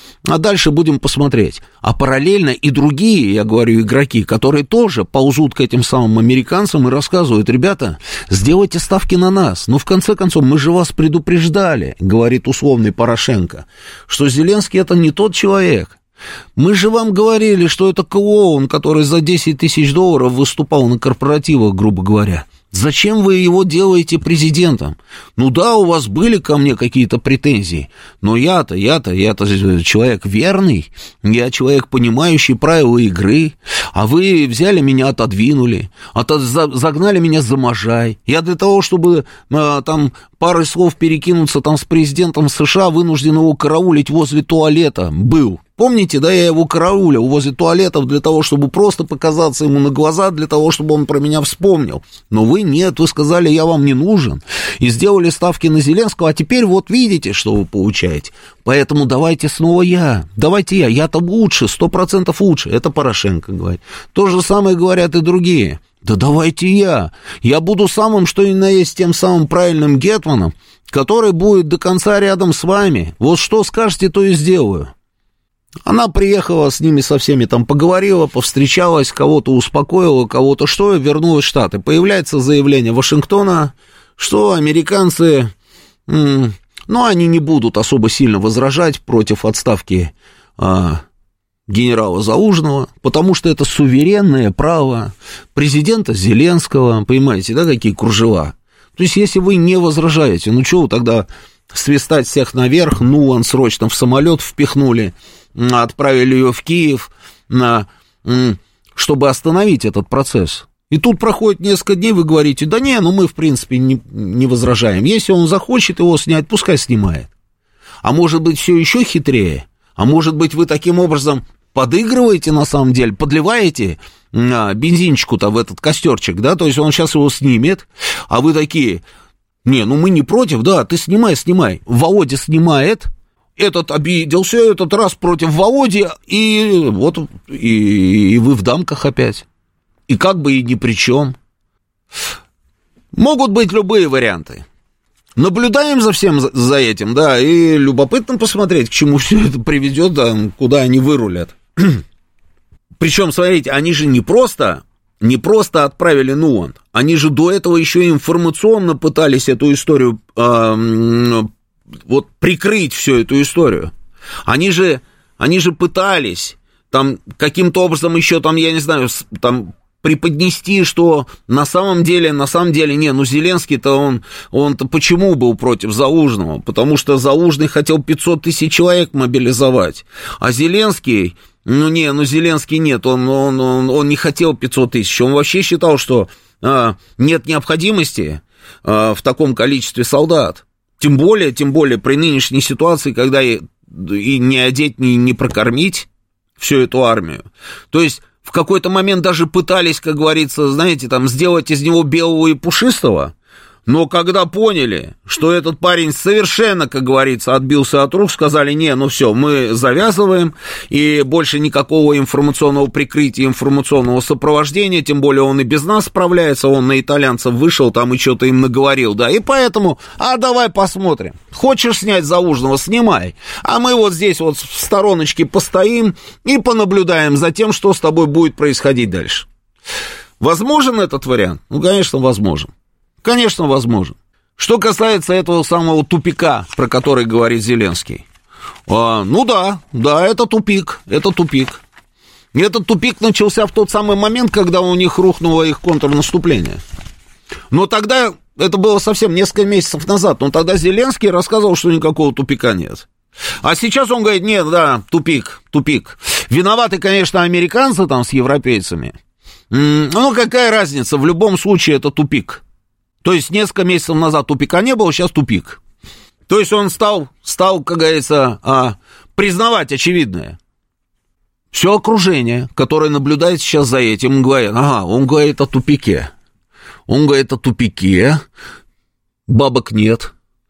а дальше будем посмотреть. А параллельно и другие, я говорю, игроки, которые тоже ползут к этим самым американцам и рассказывают: ребята, сделайте ставки на нас. Ну, в конце концов, мы же вас предупреждали, говорит условный Порошенко, что Зеленский это не тот человек. Мы же вам говорили, что это клоун, который за 10 тысяч долларов выступал на корпоративах, грубо говоря. Зачем вы его делаете президентом? Ну да, у вас были ко мне какие-то претензии, но я-то человек верный, я человек, понимающий правила игры, а вы взяли меня, отодвинули, загнали меня за можай. Я для того, чтобы там парой слов перекинуться там с президентом США, вынужден его караулить возле туалета был. Помните, да, я его караулил возле туалетов для того, чтобы просто показаться ему на глаза, для того, чтобы он про меня вспомнил. Но вы нет, вы сказали, я вам не нужен, и сделали ставки на Зеленского, а теперь вот видите, что вы получаете. Поэтому давайте снова я-то лучше, 100% лучше, это Порошенко говорит. То же самое говорят и другие. Да давайте я буду самым, что ни на есть, тем самым правильным гетманом, который будет до конца рядом с вами. Вот что скажете, то и сделаю. Она приехала с ними со всеми, там поговорила, повстречалась, кого-то успокоила, кого-то что, вернулась в Штаты. Появляется заявление Вашингтона, что американцы, они не будут особо сильно возражать против отставки генерала Залужного, потому что это суверенное право президента Зеленского, понимаете, да, какие кружева. То есть, если вы не возражаете, ну что вы тогда свистать всех наверх, он срочно в самолет впихнули, отправили ее в Киев, чтобы остановить этот процесс. И тут проходит несколько дней, вы говорите, да не, мы в принципе не возражаем. Если он захочет его снять, пускай снимает. А может быть, все еще хитрее? А может быть, вы таким образом подыгрываете на самом деле, подливаете бензинчику-то в этот костерчик, да, то есть он сейчас его снимет, а вы такие, мы не против, да, ты снимай. Володя снимает, этот обиделся, этот раз против Володи, и вот, и вы в дамках опять. И как бы и ни при чем. Могут быть любые варианты. Наблюдаем за всем за этим, да, и любопытно посмотреть, к чему все это приведет, да, куда они вырулят. Причем, смотрите, они же не просто отправили Нуанд, они же до этого еще информационно пытались эту историю прикрыть всю эту историю. Они же пытались там каким-то образом еще там, я не знаю, там преподнести, что на самом деле, Зеленский-то он-то почему был против Залужного? Потому что Залужный хотел 500 тысяч человек мобилизовать, а Зеленский, Зеленский нет, он не хотел 500 тысяч, он вообще считал, что нет необходимости в таком количестве солдат. Тем более при нынешней ситуации, когда и не одеть, не прокормить всю эту армию. То есть в какой-то момент даже пытались, как говорится, знаете, там сделать из него белого и пушистого, но когда поняли, что этот парень совершенно, как говорится, отбился от рук, сказали, все, мы завязываем, и больше никакого информационного прикрытия, информационного сопровождения, тем более он и без нас справляется, он на итальянцев вышел там и что-то им наговорил, да, и поэтому, давай посмотрим, хочешь снять Залужного, снимай, а мы вот здесь вот в стороночке постоим и понаблюдаем за тем, что с тобой будет происходить дальше. Возможен этот вариант? Конечно, возможен. Конечно, возможно. Что касается этого самого тупика, про который говорит Зеленский. Да, это тупик. Этот тупик начался в тот самый момент, когда у них рухнуло их контрнаступление. Но тогда, это было совсем несколько месяцев назад, но тогда Зеленский рассказывал, что никакого тупика нет. А сейчас он говорит, тупик. Виноваты, конечно, американцы там с европейцами. Какая разница, в любом случае это тупик. То есть несколько месяцев назад тупика не было, сейчас тупик. То есть он стал, как говорится, признавать очевидное. Все окружение, которое наблюдает сейчас за этим, он говорит о тупике. Бабок нет,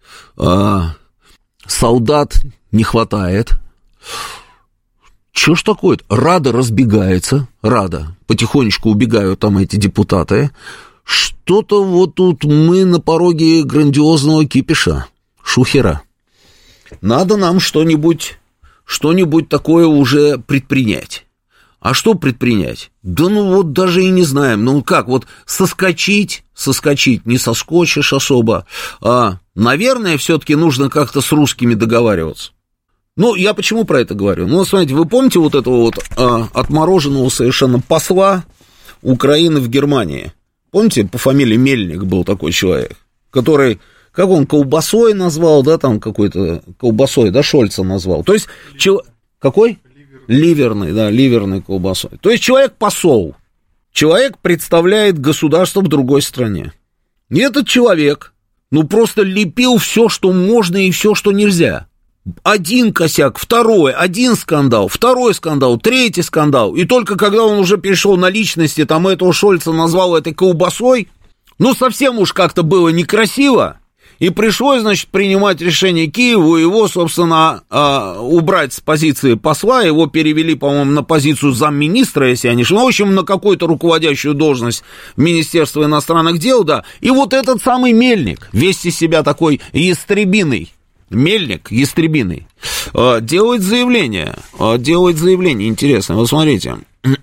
солдат не хватает. Что ж такое? Рада разбегается, потихонечку убегают там эти депутаты. Что-то вот тут мы на пороге грандиозного кипиша, шухера. Надо нам что-нибудь что-нибудь такое уже предпринять. А что предпринять? Да ну вот даже и не знаем. Ну как, вот соскочить, не соскочишь особо. Наверное, все-таки нужно как-то с русскими договариваться. Ну, я почему про это говорю? Ну, смотрите, вы помните вот этого вот отмороженного совершенно посла Украины в Германии? Помните, по фамилии Мельник был такой человек, который, как он, колбасой назвал, да, там какой-то колбасой, да, Шольца назвал. То есть, какой? Ливерной колбасой. То есть человек-посол. Человек представляет государство в другой стране. И этот человек, ну, просто лепил все, что можно и все, что нельзя. Один косяк, второй, один скандал, второй скандал, третий скандал. И только когда он уже перешел на личности, там этого Шольца назвал этой колбасой, ну, совсем уж как-то было некрасиво. И пришлось, значит, принимать решение Киеву, его, собственно, убрать с позиции посла, его перевели, по-моему, на позицию замминистра, если я не ошибаюсь, в общем, на какую-то руководящую должность Министерства иностранных дел, да. И вот этот самый Мельник, весь из себя такой ястребиный, Мельник, ястребиный, делает заявление, интересно, вот смотрите,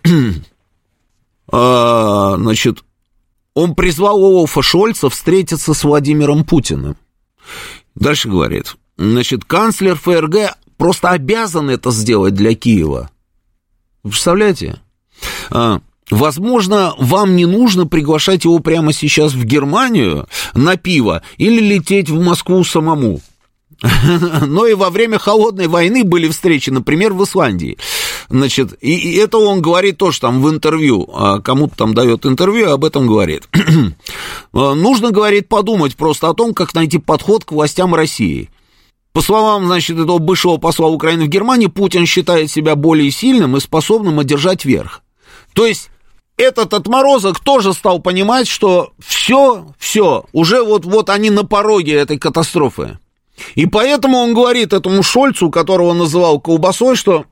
значит, он призвал Олафа Шольца встретиться с Владимиром Путиным. Дальше говорит, значит, канцлер ФРГ просто обязан это сделать для Киева. Вы представляете? Возможно, вам не нужно приглашать его прямо сейчас в Германию на пиво или лететь в Москву самому. Но и во время холодной войны были встречи, например, в Исландии. Значит, и это он говорит тоже там в интервью, кому-то там дает интервью, об этом говорит. Нужно, говорит, подумать просто о том, как найти подход к властям России. По словам, значит, этого бывшего посла Украины в Германии, Путин считает себя более сильным и способным одержать верх. То есть этот отморозок тоже стал понимать, что все, уже вот они на пороге этой катастрофы. И поэтому он говорит этому Шольцу, которого он называл колбасой, что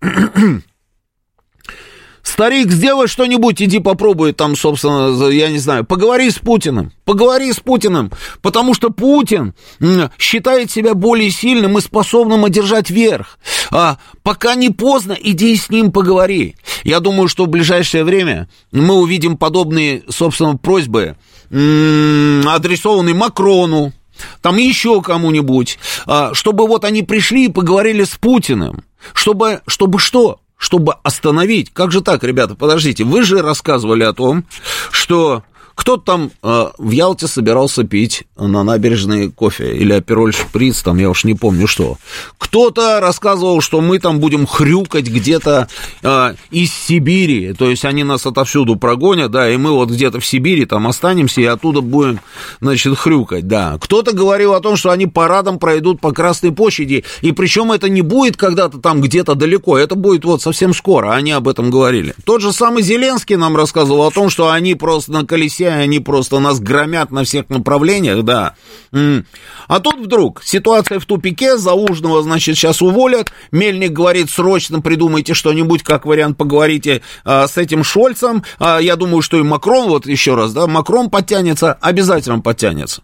старик, сделай что-нибудь, иди попробуй там, собственно, я не знаю, поговори с Путиным, потому что Путин считает себя более сильным и способным одержать верх. Пока не поздно, иди с ним поговори. Я думаю, что в ближайшее время мы увидим подобные, собственно, просьбы, адресованные Макрону, там еще кому-нибудь, чтобы вот они пришли и поговорили с Путиным, чтобы что? Чтобы остановить. Как же так, ребята, подождите, вы же рассказывали о том, что кто-то там в Ялте собирался пить на набережной кофе или апероль шприц, там я уж не помню что. Кто-то рассказывал, что мы там будем хрюкать где-то из Сибири, то есть они нас отовсюду прогонят, да, и мы вот где-то в Сибири там останемся и оттуда будем, значит, хрюкать, да. Кто-то говорил о том, что они парадом пройдут по Красной площади, и причем это не будет когда-то там где-то далеко, это будет вот совсем скоро, они об этом говорили. Тот же самый Зеленский нам рассказывал о том, что они просто на колесе, они просто нас громят на всех направлениях, да. А тут вдруг ситуация в тупике, Залужного, значит, сейчас уволят, Мельник говорит, срочно придумайте что-нибудь, как вариант, поговорите с этим Шольцем, я думаю, что и Макрон, вот еще раз, да, Макрон подтянется, обязательно подтянется.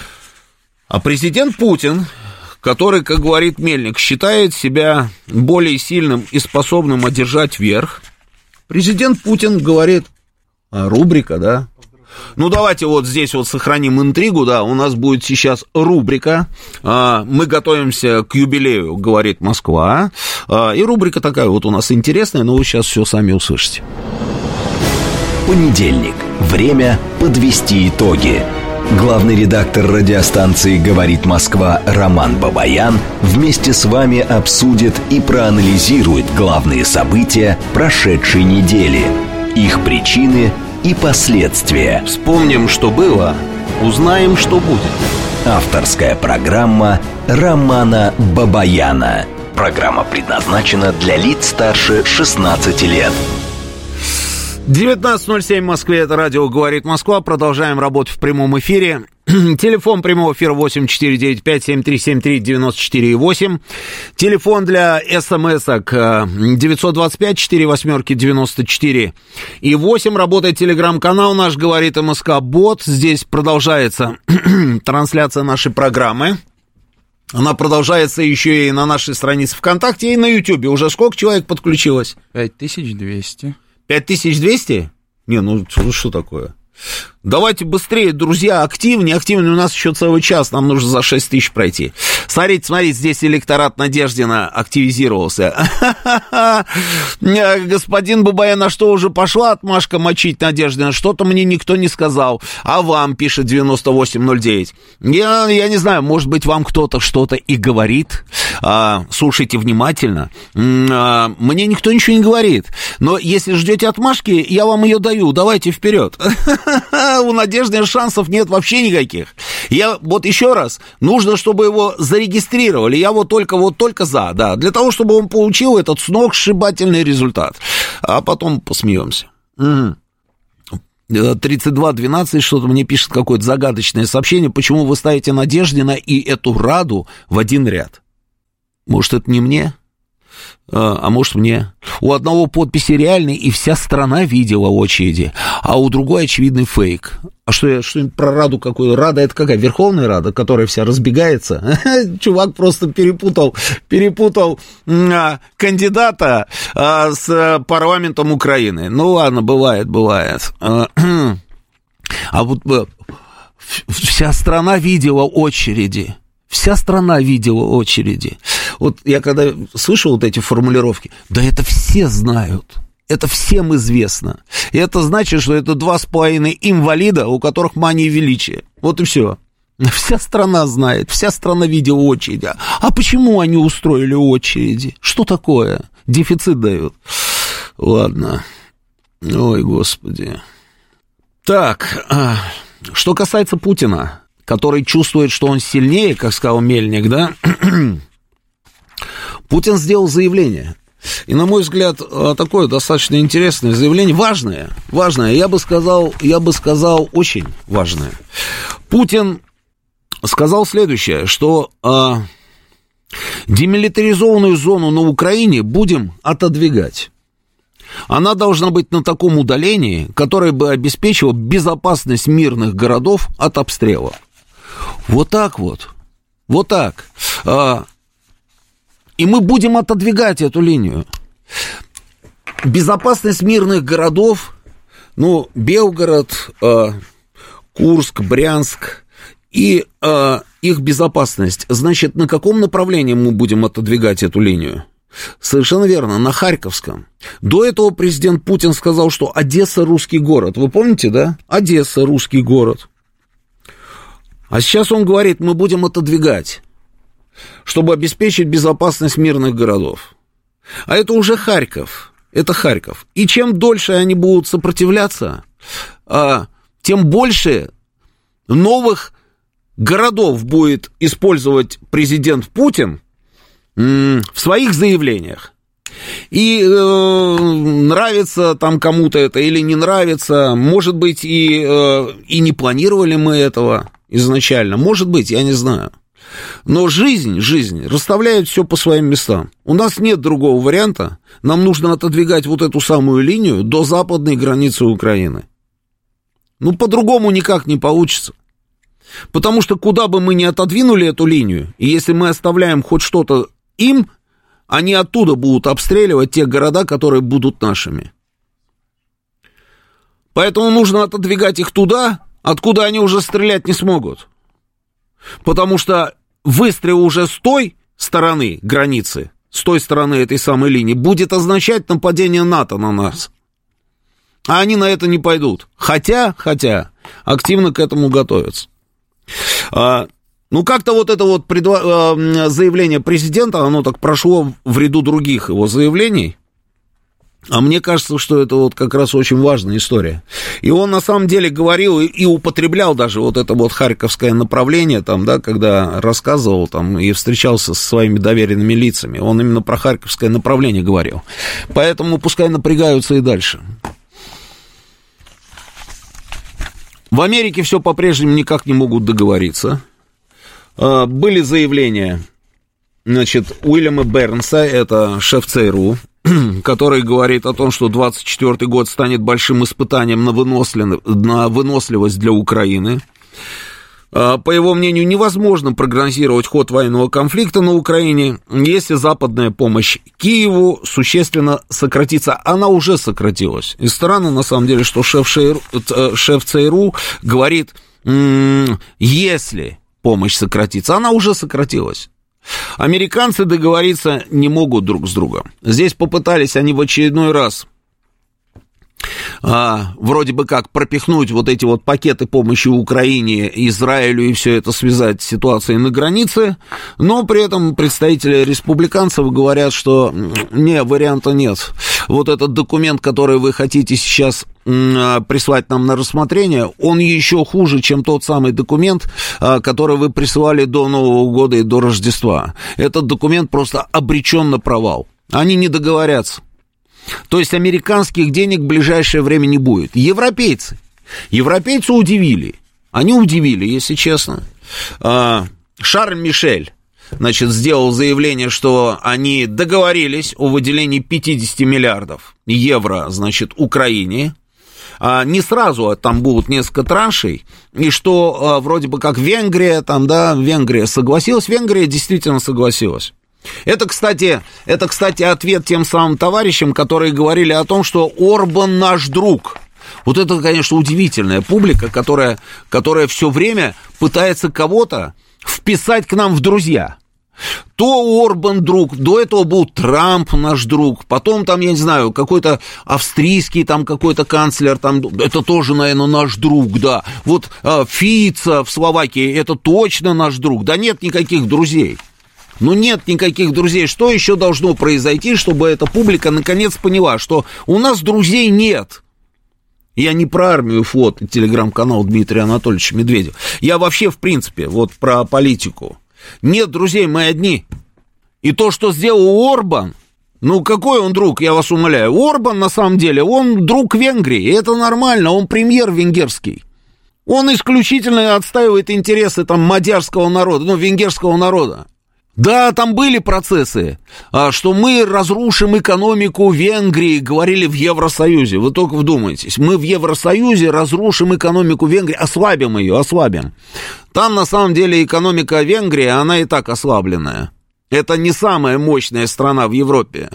А президент Путин, который, как говорит Мельник, считает себя более сильным и способным одержать верх, президент Путин говорит, рубрика, да. Ну, давайте вот здесь вот сохраним интригу, да, у нас будет сейчас рубрика, мы готовимся к юбилею, говорит Москва, и рубрика такая вот у нас интересная, но вы сейчас все сами услышите. Понедельник. Время подвести итоги. Главный редактор радиостанции «Говорит Москва» Роман Бабаян вместе с вами обсудит и проанализирует главные события прошедшей недели, их причины и последствия. Вспомним, что было, узнаем, что будет. Авторская программа Романа Бабаяна. Программа предназначена для лиц старше 16 лет. 19:07 в Москве, это радио «Говорит Москва». Продолжаем работу в прямом эфире. Телефон прямого эфира 8495-7373-94,8. Телефон для смс-ок 925-48-94,8. Работает телеграм-канал наш «Говорит МСК Бот». Здесь продолжается трансляция нашей программы. Она продолжается еще и на нашей странице ВКонтакте, и на Ютьюбе. Уже сколько человек подключилось? 5200. 5200? Не, ну что такое? Давайте быстрее, друзья, активнее. У нас еще целый час, нам нужно за 6 тысяч пройти. Смотрите, здесь электорат Надеждина активизировался. Господин Бабаян, на что уже пошла отмашка мочить Надеждина? Что-то мне никто не сказал. А вам, пишет 9809. Я не знаю, может быть, вам кто-то что-то и говорит. Слушайте внимательно. Мне никто ничего не говорит. Но если ждете отмашки, я вам ее даю. Давайте вперед. У Надежды шансов нет вообще никаких. Я вот еще раз, нужно, чтобы его зарегистрировали. Я вот только за, да, для того, чтобы он получил этот сногсшибательный результат. А потом посмеемся. 3212 что-то мне пишет какое-то загадочное сообщение. Почему вы ставите Надеждина и эту Раду в один ряд? Может, это не мне? А может, мне? У одного подписи реальной, и вся страна видела очереди, а у другой очевидный фейк. А что-нибудь про Раду какую? Рада — это какая? Верховная Рада, которая вся разбегается? Чувак просто перепутал кандидата с парламентом Украины. Ну ладно, бывает. А вот вся страна видела очереди. Вся страна видела очереди. Вот я когда слышал вот эти формулировки, да это все знают, это всем известно. И это значит, что это 2,5 инвалида, у которых мания величия. Вот и все. Вся страна знает, вся страна видела очереди. А почему они устроили очереди? Что такое? Дефицит дают. Ладно. Ой, господи. Так, что касается Путина, который чувствует, что он сильнее, как сказал Мельник, да? Путин сделал заявление. И, на мой взгляд, такое достаточно интересное заявление, важное, я бы сказал, очень важное. Путин сказал следующее, что демилитаризованную зону на Украине будем отодвигать. Она должна быть на таком удалении, которое бы обеспечило безопасность мирных городов от обстрела. Вот так. И мы будем отодвигать эту линию. Безопасность мирных городов, Белгород, Курск, Брянск и их безопасность. Значит, на каком направлении мы будем отодвигать эту линию? Совершенно верно, на Харьковском. До этого президент Путин сказал, что Одесса — русский город. Вы помните, да? Одесса — русский город. А сейчас он говорит, мы будем отодвигать, чтобы обеспечить безопасность мирных городов. А это уже Харьков. Это Харьков. И чем дольше они будут сопротивляться, тем больше новых городов будет использовать президент Путин в своих заявлениях. И нравится там кому-то это или не нравится, может быть, и не планировали мы этого изначально, может быть, я не знаю. Но жизнь расставляет все по своим местам. У нас нет другого варианта. Нам нужно отодвигать вот эту самую линию до западной границы Украины. По-другому никак не получится. Потому что куда бы мы ни отодвинули эту линию, и если мы оставляем хоть что-то им, они оттуда будут обстреливать те города, которые будут нашими. Поэтому нужно отодвигать их туда, откуда они уже стрелять не смогут. Потому что выстрел уже с той стороны границы, с той стороны этой самой линии, будет означать нападение НАТО на нас. А они на это не пойдут. Хотя активно к этому готовятся. Как-то вот это вот заявление президента, оно так прошло в ряду других его заявлений. А мне кажется, что это вот как раз очень важная история. И он на самом деле говорил и употреблял даже вот это вот харьковское направление, там, да, когда рассказывал там, и встречался со своими доверенными лицами. Он именно про харьковское направление говорил. Поэтому пускай напрягаются и дальше. В Америке все по-прежнему никак не могут договориться. Были заявления, Уильяма Бернса, это шеф ЦРУ, который говорит о том, что 24-й год станет большим испытанием на выносливость для Украины. По его мнению, невозможно прогнозировать ход военного конфликта на Украине, если западная помощь Киеву существенно сократится. Она уже сократилась. И странно, на самом деле, что шеф ЦРУ говорит, если помощь сократится, она уже сократилась. Американцы договориться не могут друг с другом. Здесь попытались они в очередной раз вроде бы как пропихнуть вот эти вот пакеты помощи Украине, Израилю и все это связать с ситуацией на границе, но при этом представители республиканцев говорят, что не, варианта нет. Вот этот документ, который вы хотите сейчас прислать нам на рассмотрение, он еще хуже, чем тот самый документ, который вы присылали до Нового года и до Рождества. Этот документ просто обречен на провал. Они не договорятся. То есть американских денег в ближайшее время не будет. Европейцы удивили. Они удивили, если честно. Шарль Мишель, значит, сделал заявление, что они договорились о выделении 50 миллиардов евро, значит, Украине. Не сразу, там будут несколько траншей, и что вроде бы как Венгрия, там, да, Венгрия согласилась, Венгрия действительно согласилась. Это, кстати, ответ тем самым товарищам, которые говорили о том, что Орбан наш друг. Вот это, конечно, удивительная публика, которая все время пытается кого-то вписать к нам в друзья. То Орбан друг, до этого был Трамп наш друг, потом там, я не знаю, какой-то австрийский там какой-то канцлер, там, это тоже, наверное, наш друг, да. Вот Фица в Словакии, это точно наш друг. Да нет никаких друзей. Ну, нет никаких друзей. Что еще должно произойти, чтобы эта публика наконец поняла, что у нас друзей нет? Я не про армию, вот, телеграм-канал Дмитрия Анатольевича Медведева. Я вообще, в принципе, вот про политику. Нет друзей, мы одни. И то, что сделал Орбан, ну, какой он друг, я вас умоляю. Орбан, на самом деле, он друг Венгрии, и это нормально, он премьер венгерский. Он исключительно отстаивает интересы там мадьярского народа, ну, венгерского народа. Да, там были процессы, что мы разрушим экономику Венгрии, говорили в Евросоюзе. Вы только вдумайтесь, мы в Евросоюзе разрушим экономику Венгрии, ослабим ее, ослабим. Там, на самом деле, экономика Венгрии, она и так ослабленная. Это не самая мощная страна в Европе.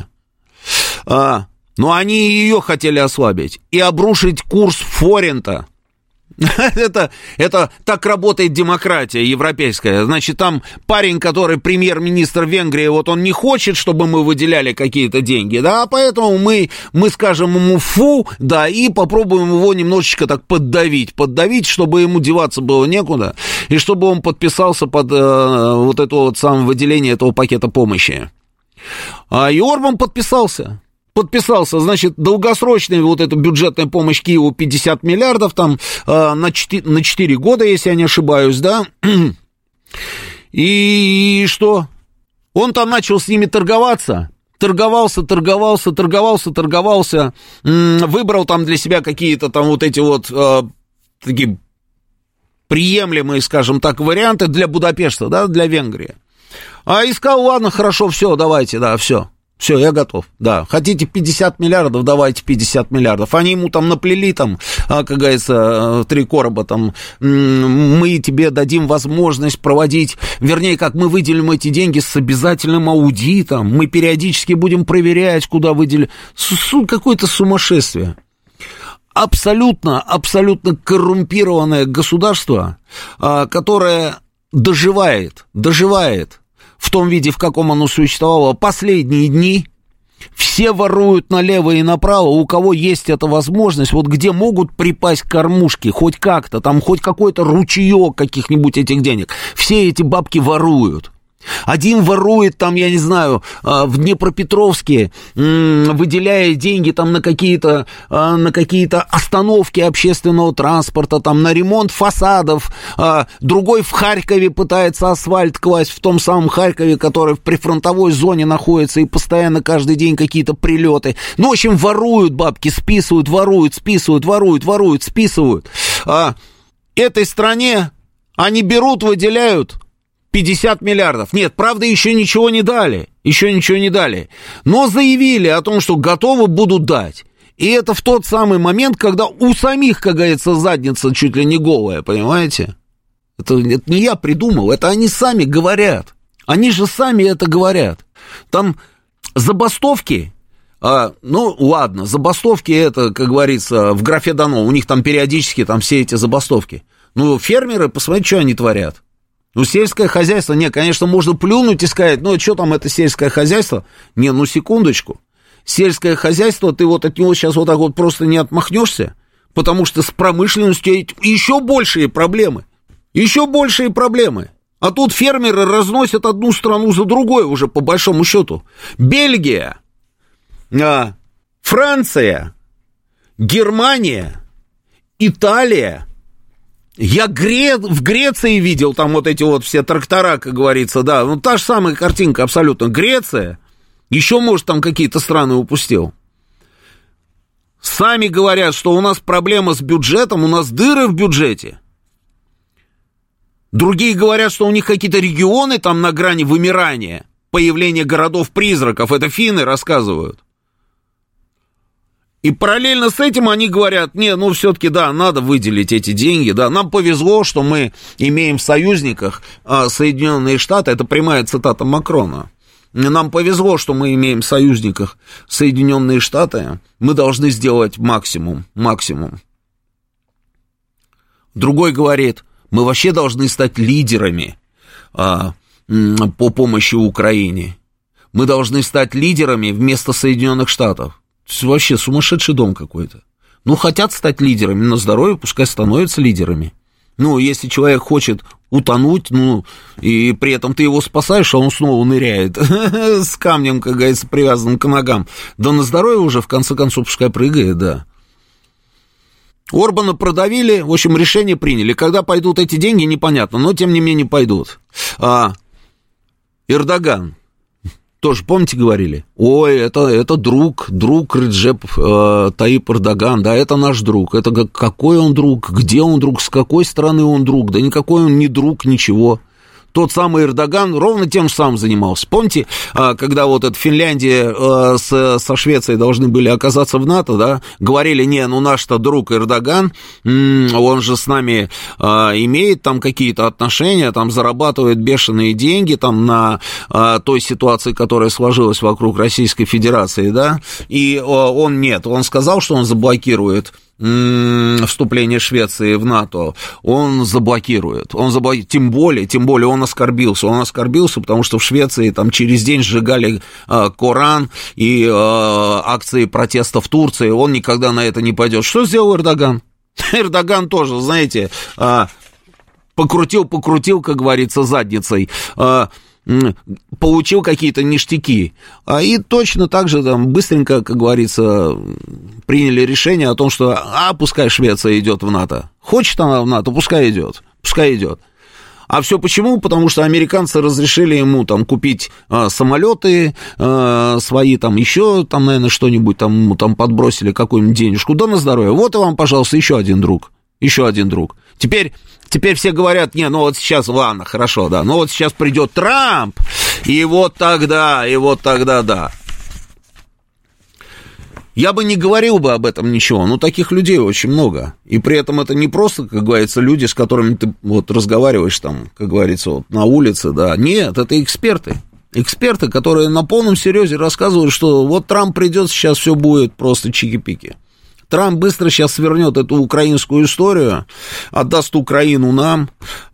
Но они ее хотели ослабить и обрушить курс форинта. Это так работает демократия европейская. Значит, там парень, который премьер-министр Венгрии, вот он не хочет, чтобы мы выделяли какие-то деньги, да, поэтому мы скажем ему фу, да, и попробуем его немножечко так поддавить, чтобы ему деваться было некуда, и чтобы он подписался под вот это вот самое выделение этого пакета помощи. И Орбан подписался, значит, долгосрочная вот эта бюджетная помощь Киеву 50 миллиардов, там, на 4 года, если я не ошибаюсь, да, и что? Он там начал с ними торговался, выбрал там для себя какие-то там вот эти вот такие приемлемые, скажем так, варианты для Будапешта, да, для Венгрии, и сказал, ладно, хорошо, все, давайте, да, все, я готов, да, хотите 50 миллиардов, давайте 50 миллиардов, они ему там наплели, там, как говорится, 3 короба, там, мы тебе дадим возможность проводить, вернее, как мы выделим эти деньги с обязательным аудитом, мы периодически будем проверять, куда выделили, какое-то сумасшествие. Абсолютно коррумпированное государство, которое доживает в том виде, в каком оно существовало последние дни, все воруют налево и направо, у кого есть эта возможность, вот где могут припасть кормушки, хоть как-то, там хоть какой-то ручеек каких-нибудь этих денег, все эти бабки воруют. Один ворует там, я не знаю, в Днепропетровске, выделяя деньги там на какие-то остановки общественного транспорта, там на ремонт фасадов, другой в Харькове пытается асфальт класть, в том самом Харькове, который в прифронтовой зоне находится, и постоянно каждый день какие-то прилеты. Ну, в общем, воруют бабки, списывают, воруют, списывают. Этой стране они берут, выделяют 50 миллиардов. Нет, правда, еще ничего не дали. Но заявили о том, что готовы будут дать. И это в тот самый момент, когда у самих, как говорится, задница чуть ли не голая, понимаете? Это не я придумал, это они сами говорят. Они же сами это говорят. Там забастовки, ну ладно, забастовки это, как говорится, в графе дано, у них там периодически там все эти забастовки. Ну, фермеры, посмотрите, что они творят. Ну, сельское хозяйство, конечно, можно плюнуть и сказать, ну, что там это сельское хозяйство? Не, ну, секундочку. Сельское хозяйство, ты вот от него сейчас вот так вот просто не отмахнешься, потому что с промышленностью еще большие проблемы. Еще большие проблемы. А тут фермеры разносят одну страну за другой уже, по большому счету. Бельгия, Франция, Германия, Италия. Я в Греции видел там вот эти вот все трактора, как говорится, да. Ну, та же самая картинка абсолютно. Греция. Еще, может, там какие-то страны упустил. Сами говорят, что у нас проблема с бюджетом, у нас дыры в бюджете. Другие говорят, что у них какие-то регионы там на грани вымирания, появления городов-призраков. Это финны рассказывают. И параллельно с этим они говорят, не, ну все-таки, да, надо выделить эти деньги, да, нам повезло, что мы имеем в союзниках Соединенные Штаты, это прямая цитата Макрона. Нам повезло, что мы имеем в союзниках Соединенные Штаты, мы должны сделать максимум. Другой говорит, мы вообще должны стать лидерами по помощи Украине. Мы должны стать лидерами вместо Соединенных Штатов. Вообще сумасшедший дом какой-то. Ну, хотят стать лидерами, на здоровье пускай становятся лидерами. Ну, если человек хочет утонуть, ну, и при этом ты его спасаешь, а он снова ныряет с камнем, как говорится, привязанным к ногам. Да на здоровье уже, в конце концов, пускай прыгает, да. Орбана продавили, в общем, решение приняли. Когда пойдут эти деньги, непонятно, но, тем не менее, пойдут. Эрдоган. Тоже, помните, говорили? Ой, это друг Реджеп Таyyip Эрдоган, да, это наш друг. Это какой он друг, где он друг, с какой стороны он друг? Да никакой он не друг, ничего. Тот самый Эрдоган ровно тем же самым занимался. Помните, когда вот эта Финляндия со Швецией должны были оказаться в НАТО, да, говорили, не, ну наш-то друг Эрдоган, он же с нами имеет там какие-то отношения, там зарабатывает бешеные деньги там на той ситуации, которая сложилась вокруг Российской Федерации, да, и он нет, он сказал, что он заблокирует вступление Швеции в НАТО, он заблокирует, тем более он оскорбился, потому что в Швеции там через день сжигали Коран и акции протеста в Турции, он никогда на это не пойдет. Что сделал Эрдоган? Эрдоган тоже, знаете, покрутил, как говорится, задницей, получил какие-то ништяки, и точно так же там быстренько, как говорится, приняли решение о том, что, пускай Швеция идет в НАТО, хочет она в НАТО, пускай идет. А все почему? Потому что американцы разрешили ему там купить самолеты свои, там еще, там, наверное, что-нибудь там ему там подбросили, какую-нибудь денежку, да на здоровье, вот и вам, пожалуйста, еще один друг. Теперь все говорят, не, ну вот сейчас, ладно, хорошо, да, но вот сейчас придет Трамп, и вот тогда, да. Я бы не говорил бы об этом ничего, но таких людей очень много. И при этом это не просто, как говорится, люди, с которыми ты вот разговариваешь там, как говорится, вот на улице, да. Нет, это эксперты. Эксперты, которые на полном серьезе рассказывают, что вот Трамп придет, сейчас все будет просто чики-пики. Трамп быстро сейчас свернет эту украинскую историю, отдаст Украину нам.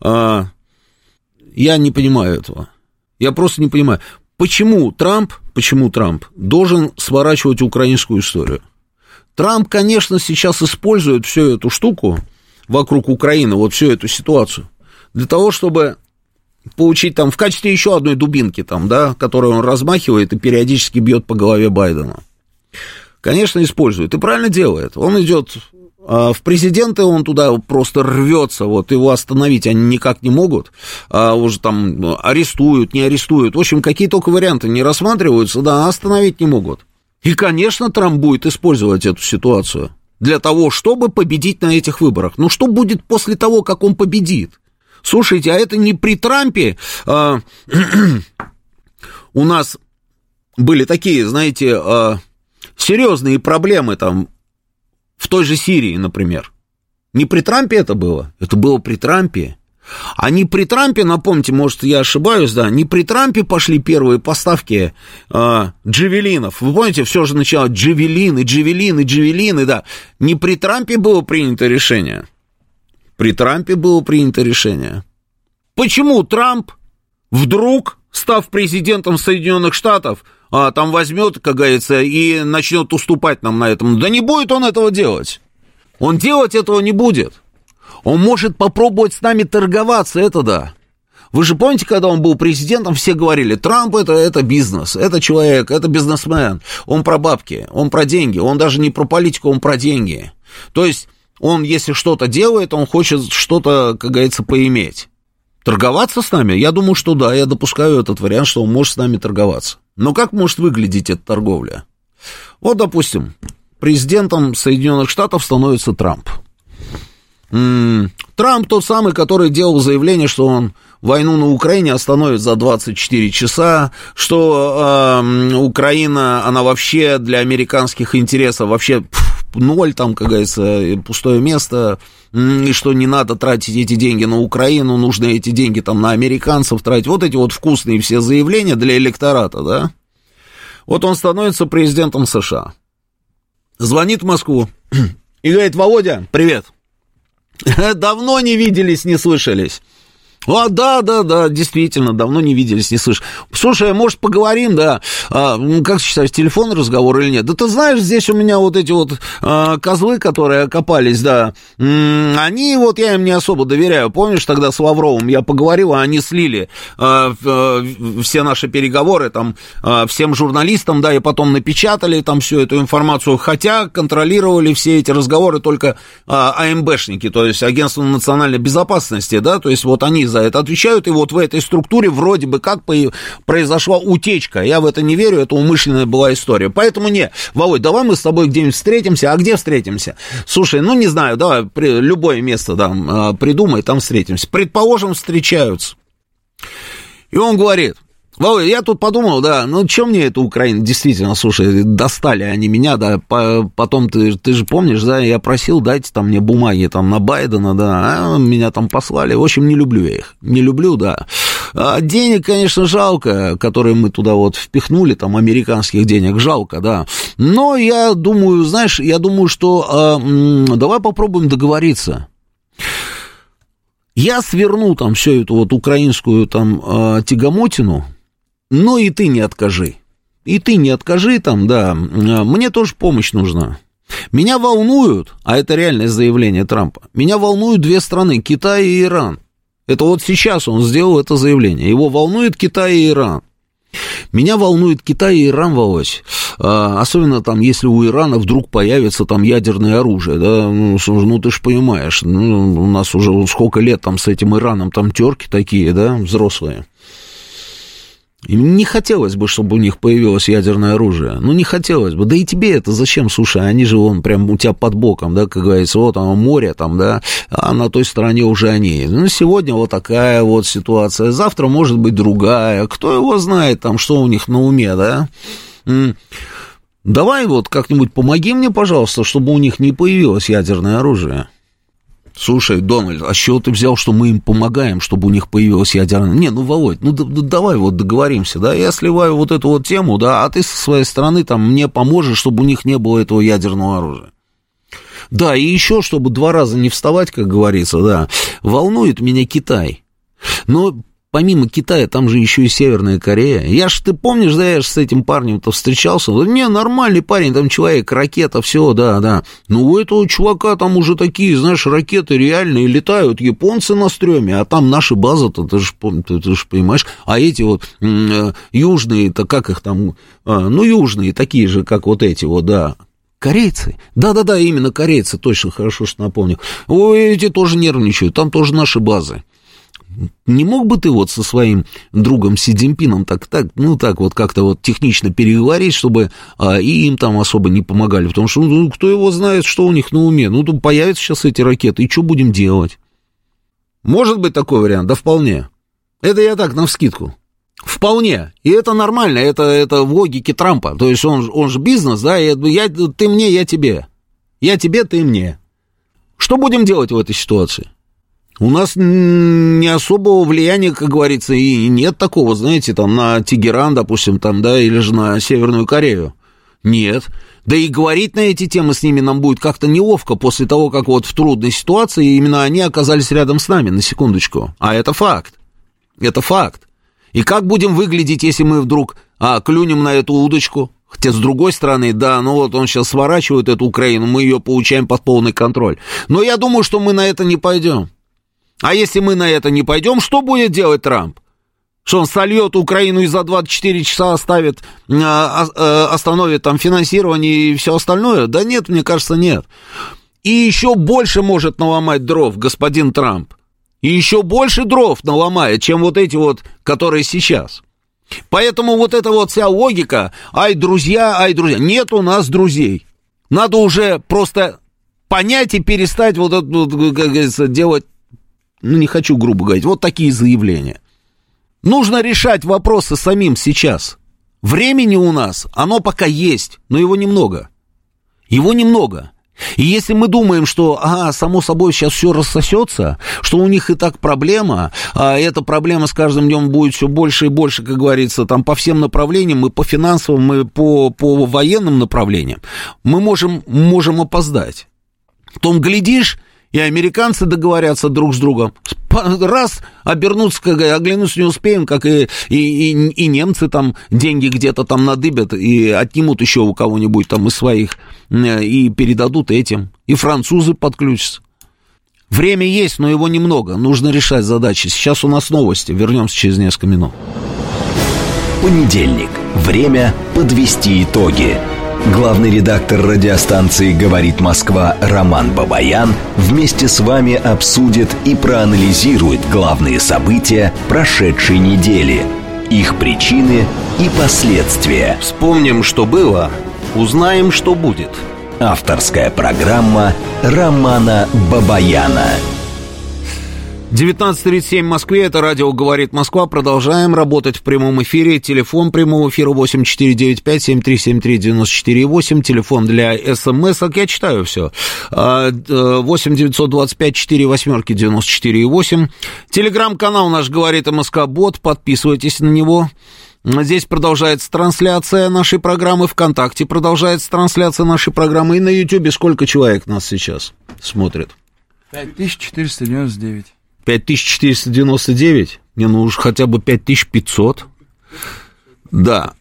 Я не понимаю этого. Я просто не понимаю. Почему Трамп должен сворачивать украинскую историю? Трамп, конечно, сейчас использует всю эту штуку вокруг Украины, вот всю эту ситуацию, для того, чтобы получить там в качестве еще одной дубинки, там, да, которую он размахивает и периодически бьет по голове Байдена. Конечно, использует. И правильно делает. Он идет в президенты, он туда просто рвется, вот его остановить они никак не могут, уже там арестуют, не арестуют, в общем, какие только варианты не рассматриваются, да, остановить не могут. И, конечно, Трамп будет использовать эту ситуацию для того, чтобы победить на этих выборах. Но что будет после того, как он победит? Слушайте, а это не при Трампе у нас были такие, знаете, серьезные проблемы там в той же Сирии, например. Не при Трампе это было при Трампе. Они при Трампе, напомните, может, я ошибаюсь, да, не при Трампе пошли первые поставки джавелинов. Вы помните, все же начало джавелины, да. Не при Трампе было принято решение. При Трампе было принято решение. Почему Трамп вдруг, став президентом Соединенных Штатов, там возьмет, как говорится, и начнет уступать нам на этом? Да не будет он этого делать. Он делать этого не будет. Он может попробовать с нами торговаться, это да. Вы же помните, когда он был президентом, все говорили, Трамп это бизнес, это человек, это бизнесмен, он про бабки, он про деньги, он даже не про политику, он про деньги. То есть он, если что-то делает, он хочет что-то, как говорится, поиметь. Торговаться с нами? Я думаю, что да, я допускаю этот вариант, что он может с нами торговаться. Но как может выглядеть эта торговля? Вот, допустим, президентом Соединенных Штатов становится Трамп. Трамп тот самый, который делал заявление, что он войну на Украине остановит за 24 часа, что Украина, она вообще для американских интересов вообще ноль, там, как говорится, пустое место, и что не надо тратить эти деньги на Украину, нужно эти деньги там на американцев тратить. Вот эти вот вкусные все заявления для электората, да? Вот он становится президентом США. Звонит в Москву и говорит, Володя, привет. Давно не виделись, не слышались. Да, действительно, давно не виделись, не слышали. Слушай, может, поговорим, да? Как считаешь, телефонный разговор или нет? Да ты знаешь, здесь у меня вот эти вот козлы, которые окопались, да, они, вот я им не особо доверяю. Помнишь, тогда с Лавровым я поговорил, а они слили все наши переговоры там всем журналистам, да, и потом напечатали там всю эту информацию, хотя контролировали все эти разговоры только АМБшники, то есть Агентство национальной безопасности, да, то есть вот они за это отвечают, и вот в этой структуре вроде бы как произошла утечка. Я в это не верю, это умышленная была история. Поэтому не, Володь, давай мы с тобой где-нибудь встретимся. А где встретимся? Слушай, ну не знаю, давай любое место да, придумай, там встретимся. Предположим, встречаются. И он говорит, Володя, я тут подумал, да, ну, что мне эта Украина, действительно, слушай, достали они меня, да, потом, ты же помнишь, да, я просил, дайте там мне бумаги там на Байдена, да, меня там послали, в общем, не люблю я их, не люблю, да. Денег, конечно, жалко, которые мы туда вот впихнули, там, американских денег жалко, да, но я думаю, знаешь, что давай попробуем договориться. Я сверну там всю эту вот украинскую там тягомотину, но и ты не откажи. И ты не откажи там, да, мне тоже помощь нужна. Меня волнуют, а это реальное заявление Трампа, меня волнуют две страны, Китай и Иран. Это вот сейчас он сделал это заявление. Его волнует Китай и Иран. Меня волнует Китай и Иран, Володь. Особенно там, если у Ирана вдруг появится там ядерное оружие, да, ну ты ж понимаешь, ну, у нас уже сколько лет там с этим Ираном, там терки такие, да, взрослые. Им не хотелось бы, чтобы у них появилось ядерное оружие. Ну, не хотелось бы. Да и тебе это зачем, слушай, они же вон прям у тебя под боком, да, как говорится, вот там море там, да, а на той стороне уже они. Ну, сегодня вот такая вот ситуация, завтра может быть другая. Кто его знает там, что у них на уме, да? Давай вот как-нибудь помоги мне, пожалуйста, чтобы у них не появилось ядерное оружие. Слушай, Дональд, а с чего ты взял, что мы им помогаем, чтобы у них появилось ядерное? Не, ну, Володь, ну, давай вот договоримся, да, я сливаю вот эту вот тему, да, а ты со своей стороны там мне поможешь, чтобы у них не было этого ядерного оружия. Да, и еще, чтобы 2 раза не вставать, как говорится, да, волнует меня Китай. Но помимо Китая, там же еще и Северная Корея. Ты помнишь, да, я же с этим парнем-то встречался. Не, нормальный парень, там человек, ракета, все, да. Но у этого чувака там уже такие, знаешь, ракеты реальные летают, японцы на стреме, а там наши базы-то, ты же понимаешь, а эти вот южные-то, как их там, южные, такие же, как вот эти вот, да. Корейцы? Да, именно корейцы, точно, хорошо, что напомнил. Эти тоже нервничают, там тоже наши базы. Не мог бы ты вот со своим другом Си Цзиньпином так вот как-то вот технично переговорить, чтобы и им там особо не помогали, потому что, кто его знает, что у них на уме, тут появятся сейчас эти ракеты, и что будем делать? Может быть такой вариант? Да вполне. Это я так, навскидку. Вполне. И это нормально, это в логике Трампа, то есть он же бизнес, да, ты мне, я тебе. Я тебе, ты мне. Что будем делать в этой ситуации? У нас не особого влияния, как говорится, и нет такого, знаете, там, на Тегеран, допустим, там, да, или же на Северную Корею. Нет. Да и говорить на эти темы с ними нам будет как-то неловко после того, как вот в трудной ситуации именно они оказались рядом с нами, на секундочку. А это факт. Это факт. И как будем выглядеть, если мы вдруг клюнем на эту удочку? Хотя, с другой стороны, да, ну вот он сейчас сворачивает эту Украину, мы ее получаем под полный контроль. Но я думаю, что мы на это не пойдем. А если мы на это не пойдем, что будет делать Трамп? Что он сольет Украину и за 24 часа остановит там финансирование и все остальное? Да нет, мне кажется, нет. И еще больше может наломать дров господин Трамп. И еще больше дров наломает, чем вот эти вот, которые сейчас. Поэтому вот эта вот вся логика, ай, друзья, нет у нас друзей. Надо уже просто понять и перестать вот это, как говорится, делать, ну, не хочу грубо говорить, вот такие заявления. Нужно решать вопросы самим сейчас. Времени у нас, оно пока есть, но его немного. Его немного. И если мы думаем, что, само собой сейчас все рассосется, что у них и так проблема, а эта проблема с каждым днем будет все больше и больше, как говорится, там по всем направлениям, и по финансовым, и по военным направлениям, мы можем опоздать. Потом глядишь, и американцы договорятся друг с другом. Раз, оглянуться не успеем, как и немцы там деньги где-то там надыбят и отнимут еще у кого-нибудь там из своих и передадут этим. И французы подключатся. Время есть, но его немного. Нужно решать задачи. Сейчас у нас новости. Вернемся через несколько минут. Понедельник. Время подвести итоги. Главный редактор радиостанции «Говорит Москва» Роман Бабаян вместе с вами обсудит и проанализирует главные события прошедшей недели, их причины и последствия. Вспомним, что было, узнаем, что будет. Авторская программа Романа Бабаяна. 19:37 в Москве, это радио «Говорит Москва». Продолжаем работать в прямом эфире. Телефон прямого эфира 8495-7373-94,8. Телефон для СМС-ок. Я читаю все. 8-925-4-8-94,8. Телеграм-канал наш «Говорит МСК Бот». Подписывайтесь на него. Здесь продолжается трансляция нашей программы. ВКонтакте продолжается трансляция нашей программы. И на Ютьюбе сколько человек нас сейчас смотрит? 5499. 5499? Не, ну уж хотя бы 5500. Да.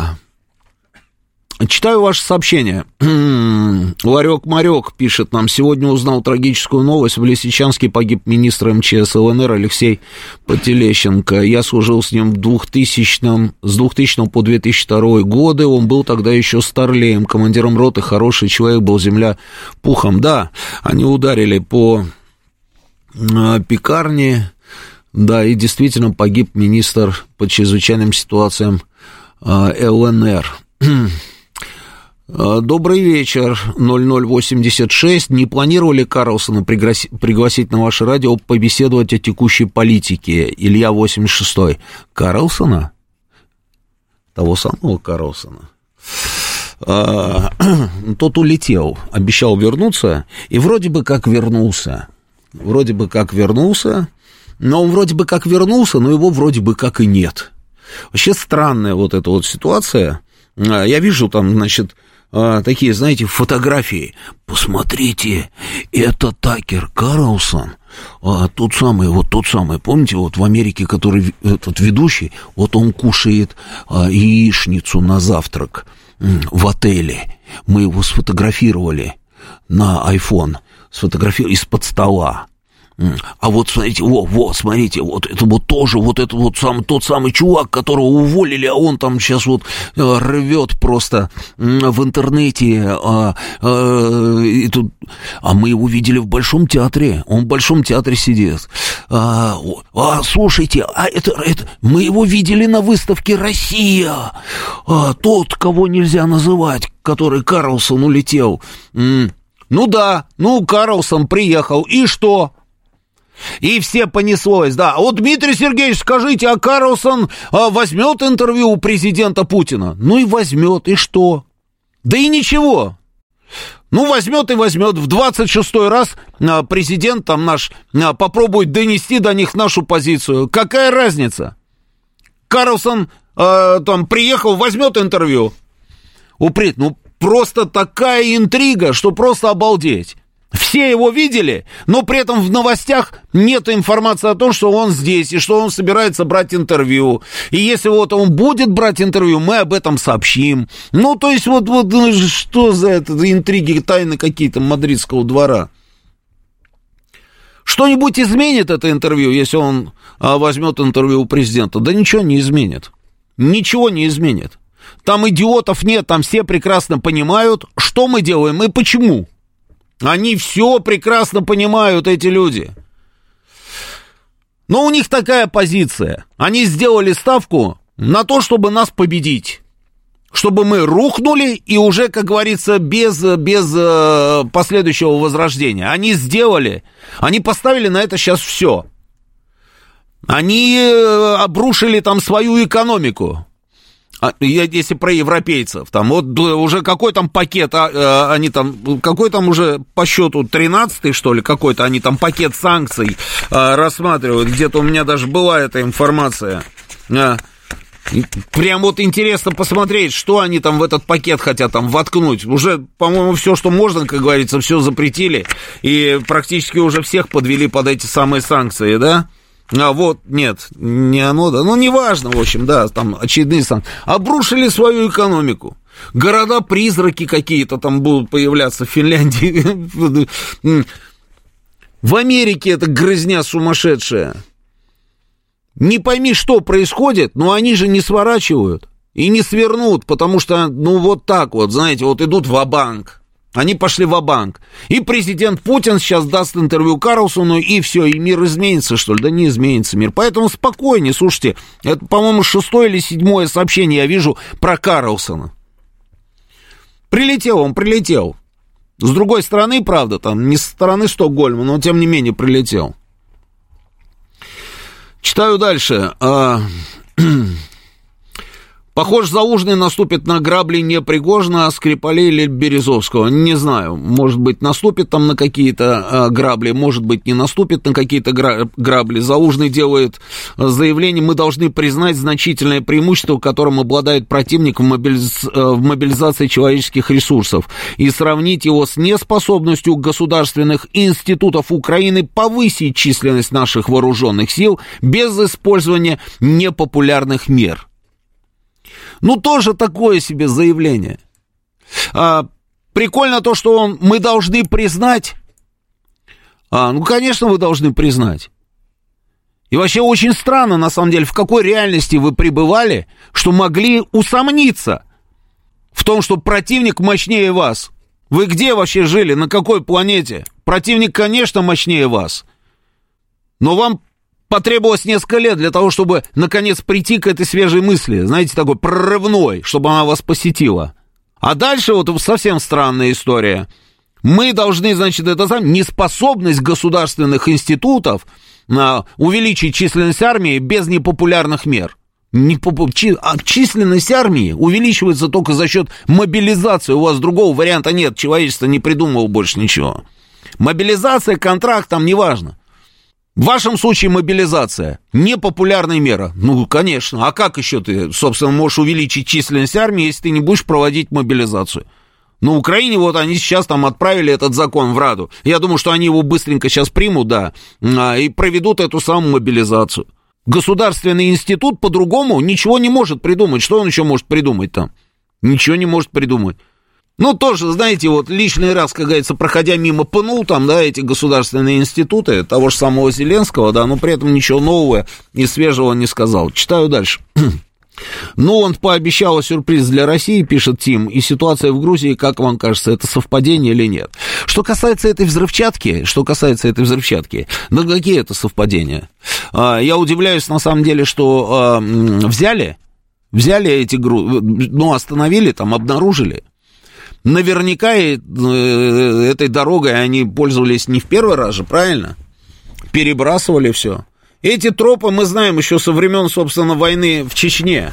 Читаю ваше сообщение. Ларек-марек пишет нам. Сегодня узнал трагическую новость. В Лисичанске погиб министр МЧС ЛНР Алексей Потелещенко. Я служил с ним с 2000 по 2002 годы. Он был тогда еще старлеем, командиром роты. Хороший человек был, земля пухом. Да, они ударили по пекарне. Да, и действительно погиб министр по чрезвычайным ситуациям ЛНР. Добрый вечер, 0086. Не планировали Карлсона пригласить на ваше радио побеседовать о текущей политике? Илья 86. Карлсона? Того самого Карлсона. Тот улетел, обещал вернуться, и вроде бы как вернулся. Но он вроде бы как вернулся, но его вроде бы как и нет. Вообще странная вот эта вот ситуация. Я вижу там, значит, такие, знаете, фотографии. Посмотрите, это Такер Карлсон, тот самый, помните, вот в Америке, который этот ведущий, вот он кушает яичницу на завтрак в отеле. Мы его сфотографировали на iPhone, сфотографировали из-под стола. А вот смотрите, смотрите, вот это вот тоже, вот это вот тот самый чувак, которого уволили, а он там сейчас вот рвет просто в интернете, а мы его видели в Большом театре, он в Большом театре сидит. Слушайте, это мы его видели на выставке «Россия», тот, кого нельзя называть, который Карлсон улетел. Ну да, Карлсон приехал, и что? И все понеслось, да. Вот, Дмитрий Сергеевич, скажите, а Карлсон возьмет интервью у президента Путина? Ну и возьмет, и что? Да и ничего. Ну, возьмет и возьмет. В 26-й раз президент там наш попробует донести до них нашу позицию. Какая разница? Карлсон там приехал, возьмет интервью. Упрет, ну, просто такая интрига, что просто обалдеть. Все его видели, но при этом в новостях нет информации о том, что он здесь и что он собирается брать интервью. И если вот он будет брать интервью, мы об этом сообщим. Ну, то есть, вот что за это, интриги, тайны какие-то мадридского двора? Что-нибудь изменит это интервью, если он возьмет интервью у президента? Да ничего не изменит. Ничего не изменит. Там идиотов нет, там все прекрасно понимают, что мы делаем и почему. Они все прекрасно понимают, эти люди. Но у них такая позиция. Они сделали ставку на то, чтобы нас победить. Чтобы мы рухнули и уже, как говорится, без последующего возрождения. Они сделали, они поставили на это сейчас все. Они обрушили там свою экономику. Если про европейцев, там вот уже какой там пакет, они там, какой там уже по счету 13-й, что ли, какой-то, они там пакет санкций рассматривают, где-то у меня даже была эта информация. Прям вот интересно посмотреть, что они там в этот пакет хотят там воткнуть. Уже, по-моему, все, что можно, как говорится, все запретили, и практически уже всех подвели под эти самые санкции, да? А вот, нет, не оно, да, ну, неважно, в общем, да, там очередные санкции. Обрушили свою экономику. Города-призраки какие-то там будут появляться в Финляндии. В Америке это грызня сумасшедшая. Не пойми, что происходит, но они же не сворачивают и не свернут, потому что, ну, вот так вот, знаете, вот идут ва-банк. Они пошли ва-банк. И президент Путин сейчас даст интервью Карлсону, и все, и мир изменится, что ли? Да не изменится мир. Поэтому спокойнее, слушайте, это, по-моему, 6-е или 7-е сообщение я вижу про Карлсона. Прилетел он, прилетел. С другой стороны, правда, там, не со стороны Стокгольма, но тем не менее прилетел. Читаю дальше. Похоже, Залужный наступит на грабли не Пригожина, а Скрипалей или Березовского. Не знаю, может быть, наступит там на какие-то грабли, может быть, не наступит на какие-то грабли. Залужный делает заявление: мы должны признать значительное преимущество, которым обладает противник в мобилизации человеческих ресурсов, и сравнить его с неспособностью государственных институтов Украины повысить численность наших вооруженных сил без использования непопулярных мер. Ну, тоже такое себе заявление. Прикольно то, что мы должны признать. Ну, конечно, вы должны признать. И вообще очень странно, на самом деле, в какой реальности вы пребывали, что могли усомниться в том, что противник мощнее вас. Вы где вообще жили, на какой планете? Противник, конечно, мощнее вас. Но вам потребовалось несколько лет для того, чтобы, наконец, прийти к этой свежей мысли, знаете, такой прорывной, чтобы она вас посетила. А дальше вот совсем странная история. Мы должны, значит, это неспособность государственных институтов увеличить численность армии без непопулярных мер. Численность армии увеличивается только за счет мобилизации. У вас другого варианта нет, человечество не придумало больше ничего. Мобилизация, контракт, там неважно. В вашем случае мобилизация – непопулярная мера. Ну, конечно. А как еще ты, собственно, можешь увеличить численность армии, если ты не будешь проводить мобилизацию? На Украине вот они сейчас там отправили этот закон в Раду. Я думаю, что они его быстренько сейчас примут, да, и проведут эту самую мобилизацию. Государственный институт по-другому ничего не может придумать. Что он еще может придумать там? Ничего не может придумать. Ну, тоже, знаете, вот лишний раз, как говорится, проходя мимо, пнул там, да, эти государственные институты того же самого Зеленского, да, но при этом ничего нового и свежего не сказал. Читаю дальше. Ну, он пообещал сюрприз для России, пишет Тим, и ситуация в Грузии, как вам кажется, это совпадение или нет? Что касается этой взрывчатки, ну, какие это совпадения? Я удивляюсь, на самом деле, что взяли эти ну, остановили, там, обнаружили. Наверняка этой дорогой они пользовались не в первый раз же, правильно? Перебрасывали все. Эти тропы мы знаем еще со времен, собственно, войны в Чечне.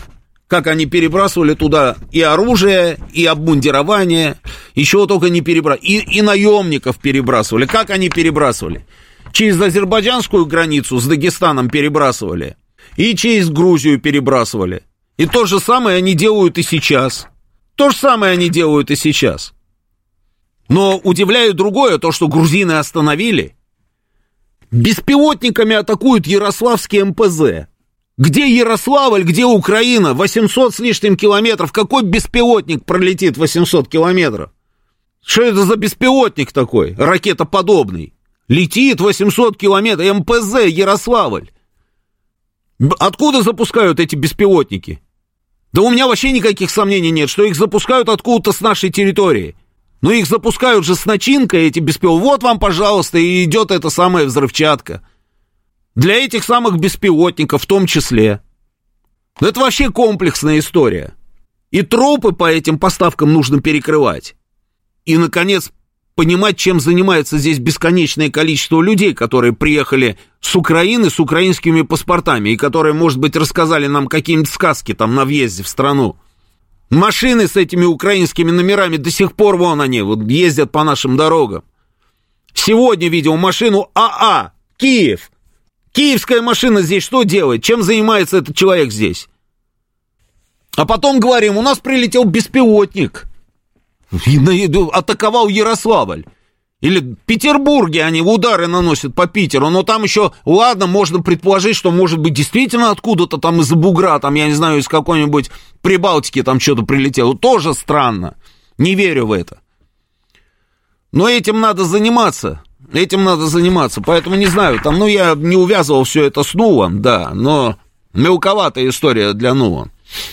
Как они перебрасывали туда и оружие, и обмундирование, еще только не перебрасывали, и наемников перебрасывали. Как они перебрасывали? Через азербайджанскую границу с Дагестаном перебрасывали, и через Грузию перебрасывали. И то же самое они делают и сейчас. То же самое они делают и сейчас. Но удивляет другое, то, что грузины остановили. Беспилотниками атакуют Ярославский МПЗ. Где Ярославль, где Украина? 800 с лишним километров. Какой беспилотник пролетит 800 километров? Что это за беспилотник такой? Ракетоподобный. Летит 800 километров. МПЗ Ярославль. Откуда запускают эти беспилотники? Да у меня вообще никаких сомнений нет, что их запускают откуда-то с нашей территории. Но их запускают же с начинкой, эти беспилотники. Вот вам, пожалуйста, и идет эта самая взрывчатка. Для этих самых беспилотников в том числе. Это вообще комплексная история. И тропы по этим поставкам нужно перекрывать. И, наконец, понимать, чем занимается здесь бесконечное количество людей, которые приехали с Украины, с украинскими паспортами, и которые, может быть, рассказали нам какие-нибудь сказки там на въезде в страну. Машины с этими украинскими номерами до сих пор, вон они, вот ездят по нашим дорогам. Сегодня видел машину АА, Киев. Киевская машина здесь что делает? Чем занимается этот человек здесь? А потом говорим, у нас прилетел беспилотник. Атаковал Ярославль. Или в Петербурге они удары наносят по Питеру. Но там еще, ладно, можно предположить, что может быть действительно откуда-то там из-за бугра, там, я не знаю, из какой-нибудь Прибалтики там что-то прилетело. Тоже странно. Не верю в это. Но этим надо заниматься. Этим надо заниматься. Поэтому не знаю, там, я не увязывал все это с Нулом, да, но мелковатая история для Нула.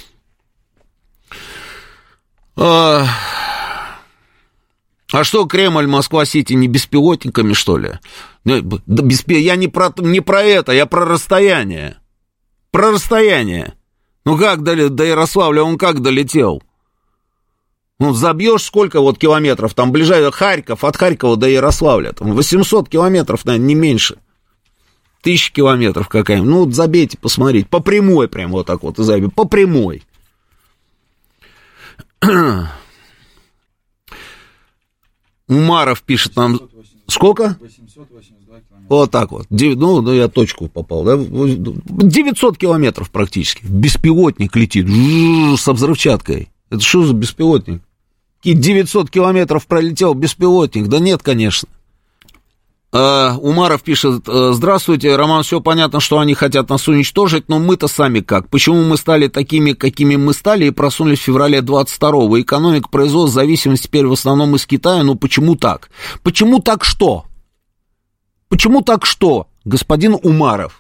А что, Кремль, Москва-Сити не беспилотниками, что ли? Я не про это, я про расстояние. Про расстояние. Как до Ярославля он как долетел? Забьешь сколько вот километров, там ближайший Харьков, от Харькова до Ярославля, там 800 километров, наверное, не меньше. 1000 километров какая-нибудь. Забейте, посмотрите, по прямой прям вот так вот, забейте, по прямой. Умаров пишет нам... Сколько? 882 километра. Вот так вот. Я точку попал. Да? 900 километров практически. Беспилотник летит со взрывчаткой. Это что за беспилотник? 900 километров пролетел беспилотник. Да нет, конечно. Умаров пишет: здравствуйте, Роман, все понятно, что они хотят нас уничтожить, но мы-то сами как? Почему мы стали такими, какими мы стали, и просунулись в феврале 22-го? Экономика, производство, зависимость теперь в основном из Китая, но почему так? Почему так что? Почему так что, господин Умаров?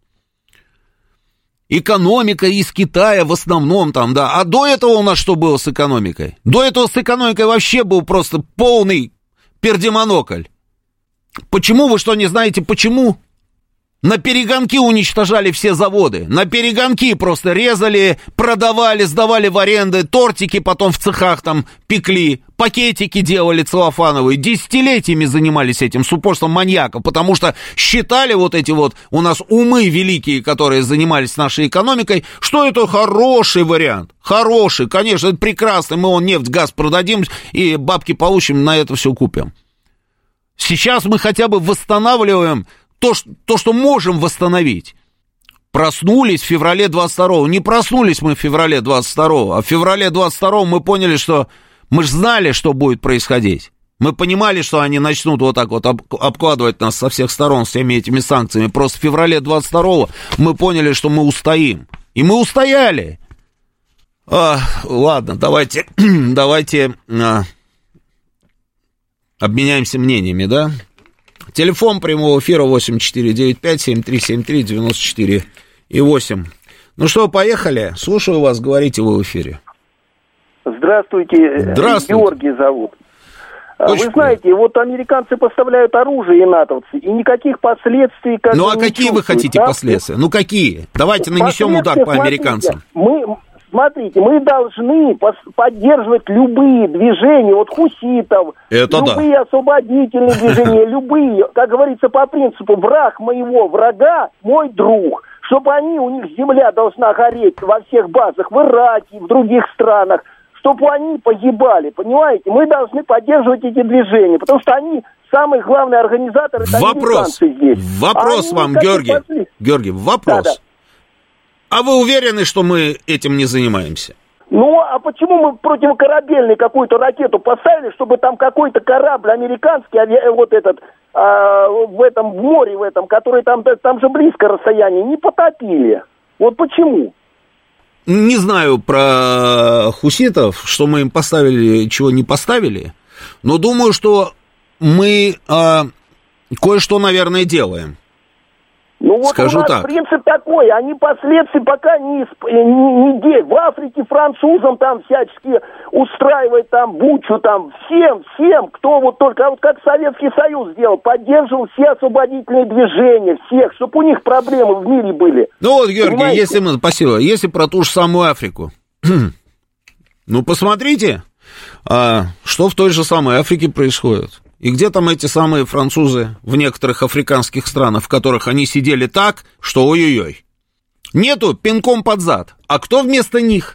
Экономика из Китая в основном там, да. А до этого у нас что было с экономикой? До этого с экономикой вообще был просто полный пердемонокль. Почему? Вы что, не знаете почему? На перегонки уничтожали все заводы. На перегонки просто резали, продавали, сдавали в аренды, тортики потом в цехах там пекли, пакетики делали целлофановые. Десятилетиями занимались этим с упорством маньяков, потому что считали вот эти вот у нас умы великие, которые занимались нашей экономикой, что это хороший вариант. Хороший, конечно, это прекрасно. Мы нефть, газ продадим и бабки получим, на это все купим. Сейчас мы хотя бы восстанавливаем то, что можем восстановить. Проснулись в феврале 22-го. Не проснулись мы в феврале 22-го, а в феврале 22-го мы поняли, что... Мы же знали, что будет происходить. Мы понимали, что они начнут вот так вот обкладывать нас со всех сторон всеми этими санкциями. Просто в феврале 22-го мы поняли, что мы устоим. И мы устояли. Ладно, давайте обменяемся мнениями, да? Телефон прямого эфира 8495-7373-94-8. Ну что, поехали? Слушаю вас, говорите вы в эфире. Здравствуйте. Георгий зовут. Очень вы знаете, вот американцы поставляют оружие, и натовцы, и никаких последствий... Ну а какие вы хотите последствия? Ну какие? Давайте нанесем удар по американцам. Смотрите, мы должны поддерживать любые движения, вот хуситов, любые освободительные движения, любые, как говорится, по принципу, враг моего врага, мой друг. чтобы у них земля должна гореть во всех базах, в Ираке, в других странах, чтобы они погибали, понимаете? Мы должны поддерживать эти движения, потому что они самые главные организаторы, это американцы здесь. Вопрос вам, Георгий. Георгий, вопрос. Да. А вы уверены, что мы этим не занимаемся? Ну, а почему мы противокорабельную какую-то ракету поставили, чтобы там какой-то корабль американский, в этом море, который там же близко расстояние, не потопили? Вот почему? Не знаю про хуситов, что мы им поставили, чего не поставили, но думаю, что мы кое-что, наверное, делаем. Ну вот скажу у нас так. принцип такой, они последствия пока не в Африке французам там всячески устраивает там бучу, там всем, кто вот только, вот как Советский Союз сделал, поддерживал все освободительные движения, всех, чтобы у них проблемы в мире были. Ну вот, Георгий, спасибо, если про ту же самую Африку, ну посмотрите, что в той же самой Африке происходит. И где там эти самые французы в некоторых африканских странах, в которых они сидели так, что ой-ой-ой. Нету пинком под зад. А кто вместо них?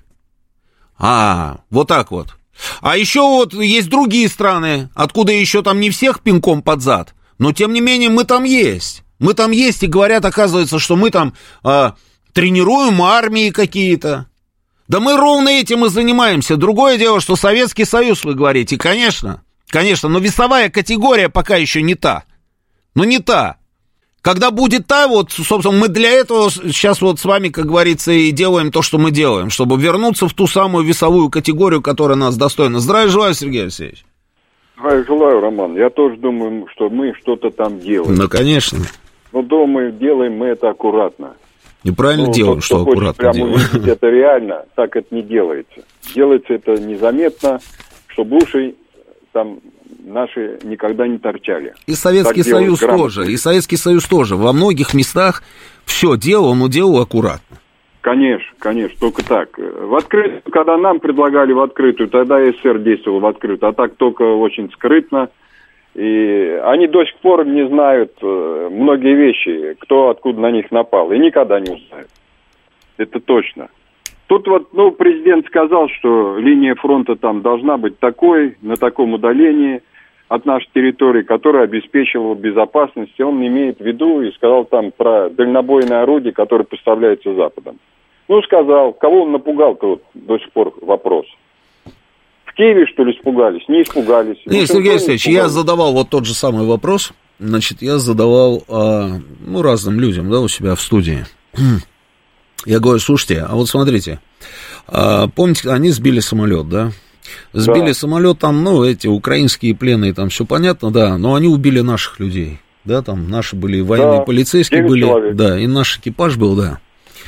Вот так вот. А еще вот есть другие страны, откуда еще там не всех пинком под зад. Но тем не менее мы там есть. Мы там есть, и говорят, оказывается, что мы там тренируем армии какие-то. Да мы ровно этим и занимаемся. Другое дело, что Советский Союз, вы говорите, конечно, но весовая категория пока еще не та. Но не та. Когда будет та, вот, собственно, мы для этого сейчас вот с вами, как говорится, и делаем то, что мы делаем, чтобы вернуться в ту самую весовую категорию, которая нас достойна. Здравия желаю, Сергей Алексеевич. Здравия желаю, Роман. Я тоже думаю, что мы что-то там делаем. Ну, конечно. Но думаю, делаем мы это аккуратно. Неправильно делаем, что аккуратно делаем. Это реально, так это не делается. Делается это незаметно, чтобы уши там наши никогда не торчали. И Советский Союз тоже, и Советский Союз тоже. Во многих местах все делал, но делал аккуратно. Конечно, только так. В открытую, когда нам предлагали в открытую, тогда СССР действовал в открытую, а так только очень скрытно. И они до сих пор не знают многие вещи, кто откуда на них напал, и никогда не узнают. Это точно. Тут вот, президент сказал, что линия фронта там должна быть такой, на таком удалении от нашей территории, которая обеспечивала безопасность. И он имеет в виду и сказал там про дальнобойное орудие, которое поставляется Западом. Сказал, кого он напугал-то, вот, до сих пор вопрос. В Киеве, что ли, испугались? Не испугались. Нет, Сергей Алексеевич, я задавал вот тот же самый вопрос. Значит, я задавал разным людям, да, у себя в студии. Я говорю, слушайте, а вот смотрите, помните, они сбили самолет, да? Сбили самолет, там, эти украинские пленные, там все понятно, да, но они убили наших людей, да, там наши были военные, полицейские были, человек. Да, и наш экипаж был, да.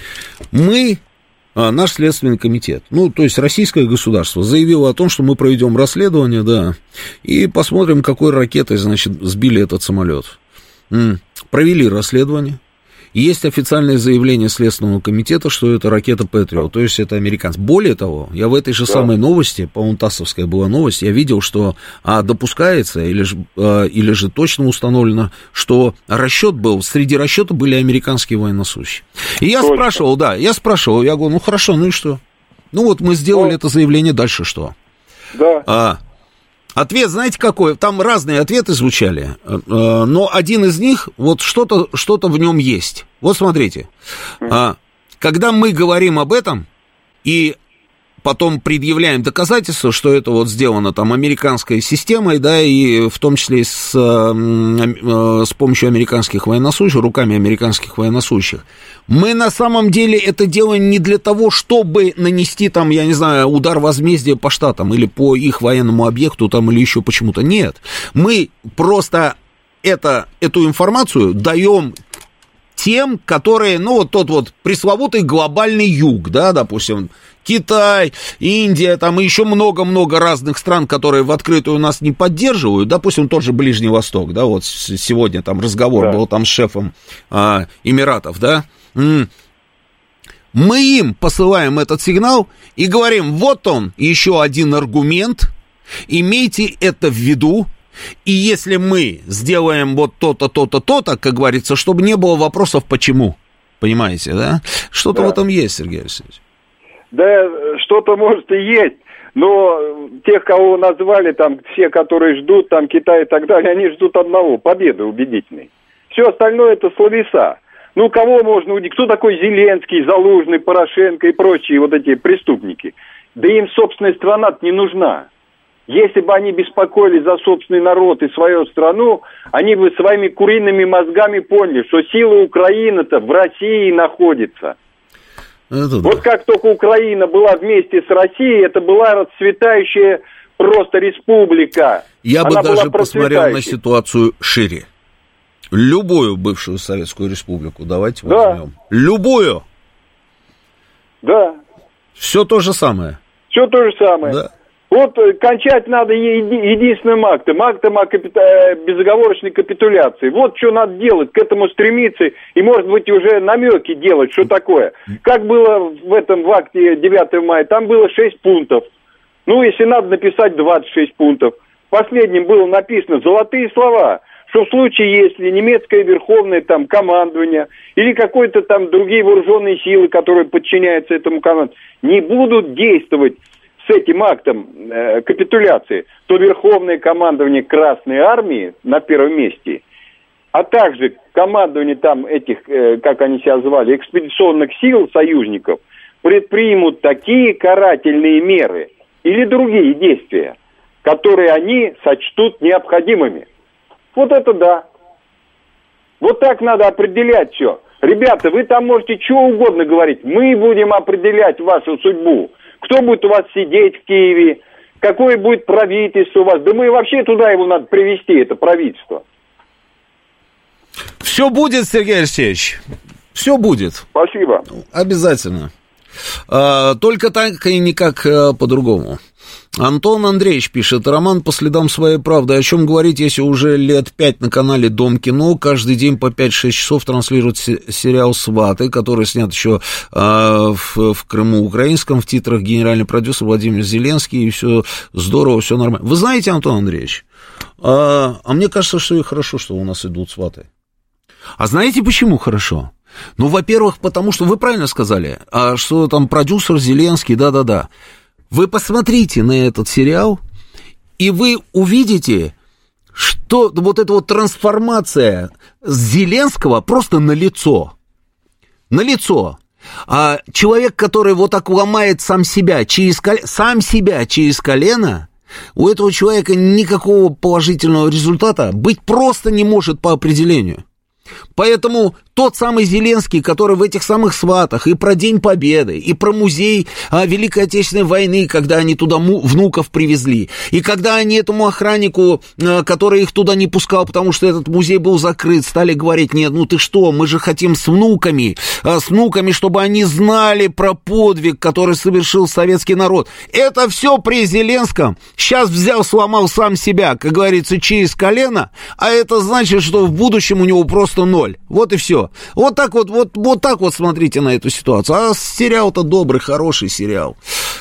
Наш Следственный комитет, то есть российское государство, заявило о том, что мы проведем расследование, да, и посмотрим, какой ракетой, значит, сбили этот самолет. Провели расследование. Есть официальное заявление Следственного комитета, что это ракета Патриот, то есть это американцы. Более того, я в этой же самой новости, по-моему, ТАССовская была новость, я видел, что допускается или же точно установлено, что расчет был, среди расчета были американские военнослужащие. И я спрашивал, я говорю, хорошо, и что? Вот мы сделали это заявление, дальше что? Да. Ответ, знаете, какой? Там разные ответы звучали, но один из них, вот что-то в нем есть. Вот смотрите, когда мы говорим об этом и потом предъявляем доказательства, что это вот сделано там американской системой, да, и в том числе с помощью американских военнослужащих, руками американских военнослужащих, мы на самом деле это делаем не для того, чтобы нанести там, я не знаю, удар возмездия по штатам или по их военному объекту там или еще почему-то. Нет, мы просто эту информацию даем тем, которые, тот вот пресловутый глобальный юг, да, допустим, Китай, Индия, там и еще много-много разных стран, которые в открытую нас не поддерживают, допустим, тот же Ближний Восток, да, вот сегодня там разговор был там с шефом Эмиратов, да, мы им посылаем этот сигнал и говорим, вот он, еще один аргумент, имейте это в виду, и если мы сделаем вот то-то, то-то, то-то, как говорится, чтобы не было вопросов, почему. Понимаете, да? Что-то в этом есть, Сергей Алексеевич. Да, что-то, может, и есть. Но тех, кого назвали, там, все, которые ждут, там, Китай и так далее, они ждут одного, победы убедительной. Все остальное это словеса. Ну, кого можно удивить? Кто такой Зеленский, Залужный, Порошенко и прочие вот эти преступники? Да им собственная страна-то не нужна. Если бы они беспокоились за собственный народ и свою страну, они бы своими куриными мозгами поняли, что сила Украины-то в России находится. Вот как только Украина была вместе с Россией, это была расцветающая просто республика. Я бы даже посмотрел на ситуацию шире. Любую бывшую Советскую Республику давайте возьмем. Любую. Да. Все то же самое. Все то же самое. Да. Вот кончать надо единственным актом безоговорочной капитуляции. Вот что надо делать, к этому стремиться, и, может быть, уже намеки делать, что такое. Как было в акте 9 мая, там было 6 пунктов. Ну, если надо написать 26 пунктов. В последнем было написано золотые слова, что в случае, если немецкое верховное там командование или какой-то там другие вооруженные силы, которые подчиняются этому командованию, не будут действовать с этим актом капитуляции, то Верховное командование Красной Армии на первом месте, а также командование там этих, как они себя звали, экспедиционных сил союзников, предпримут такие карательные меры или другие действия, которые они сочтут необходимыми. Вот это да. Вот так надо определять все. Ребята, вы там можете чего угодно говорить, мы будем определять вашу судьбу. Кто будет у вас сидеть в Киеве? Какое будет правительство у вас? Да мы вообще туда его надо привести, это правительство. Все будет, Сергей Алексеевич. Все будет. Спасибо. Обязательно. Только так и никак по-другому. Антон Андреевич пишет: роман по следам своей правды. О чем говорить, если уже лет 5 на канале Дом кино каждый день по 5-6 часов транслируют сериал «Сваты», который снят еще в Крыму украинском, в титрах генеральный продюсер Владимир Зеленский, и все здорово, все нормально. Вы знаете, Антон Андреевич, а мне кажется, что и хорошо, что у нас идут «Сваты». А знаете, почему хорошо? Ну, во-первых, потому что, вы правильно сказали, что там продюсер Зеленский, да-да-да. Вы посмотрите на этот сериал, и вы увидите, что вот эта вот трансформация Зеленского просто налицо. Налицо. А человек, который вот так ломает сам себя через колено, у этого человека никакого положительного результата быть просто не может по определению. Поэтому тот самый Зеленский, который в этих самых «Сватах» и про День Победы, и про музей Великой Отечественной войны, когда они туда внуков привезли, и когда они этому охраннику, который их туда не пускал, потому что этот музей был закрыт, стали говорить: нет, ну ты что, мы же хотим с внуками, чтобы они знали про подвиг, который совершил советский народ. Это все при Зеленском. Сейчас взял, сломал сам себя, как говорится, через колено, а это значит, что в будущем у него просто ноль. Вот и все. Вот так вот смотрите на эту ситуацию. А сериал-то добрый, хороший сериал.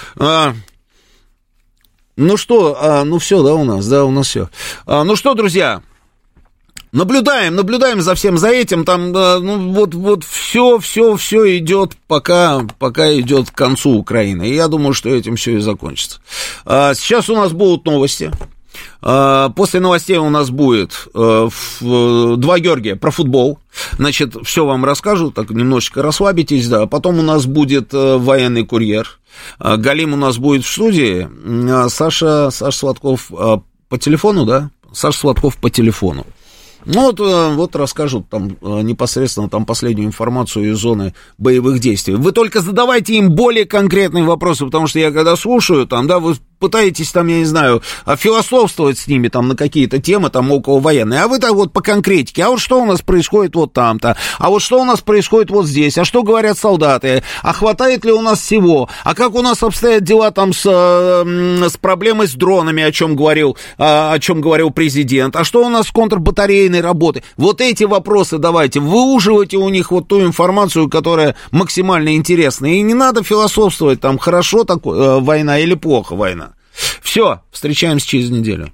Ну что, ну все, да, у нас все. Ну что, друзья, наблюдаем за всем за этим. Там, вот все идет, пока идет к концу Украины. И я думаю, что этим все и закончится. Сейчас у нас будут новости. После новостей у нас будет 2 Георгия про футбол. Значит, все вам расскажу, так немножечко расслабитесь, да. Потом у нас будет военный курьер. Галим у нас будет в студии. Саша Сладков по телефону, да? Саша Сладков по телефону. Ну, вот расскажут там непосредственно там последнюю информацию из зоны боевых действий. Вы только задавайте им более конкретные вопросы, потому что я когда слушаю, там, да, вы пытаетесь там, я не знаю, философствовать с ними там на какие-то темы там около военные, а вы так вот по конкретике, а вот что у нас происходит вот там-то, а вот что у нас происходит вот здесь, а что говорят солдаты, а хватает ли у нас всего, а как у нас обстоят дела там с проблемой с дронами, о чем говорил президент, а что у нас с контрбатарейной работой. Вот эти вопросы давайте, выуживайте у них вот ту информацию, которая максимально интересна, и не надо философствовать там, хорошо война или плохо война. Все, встречаемся через неделю.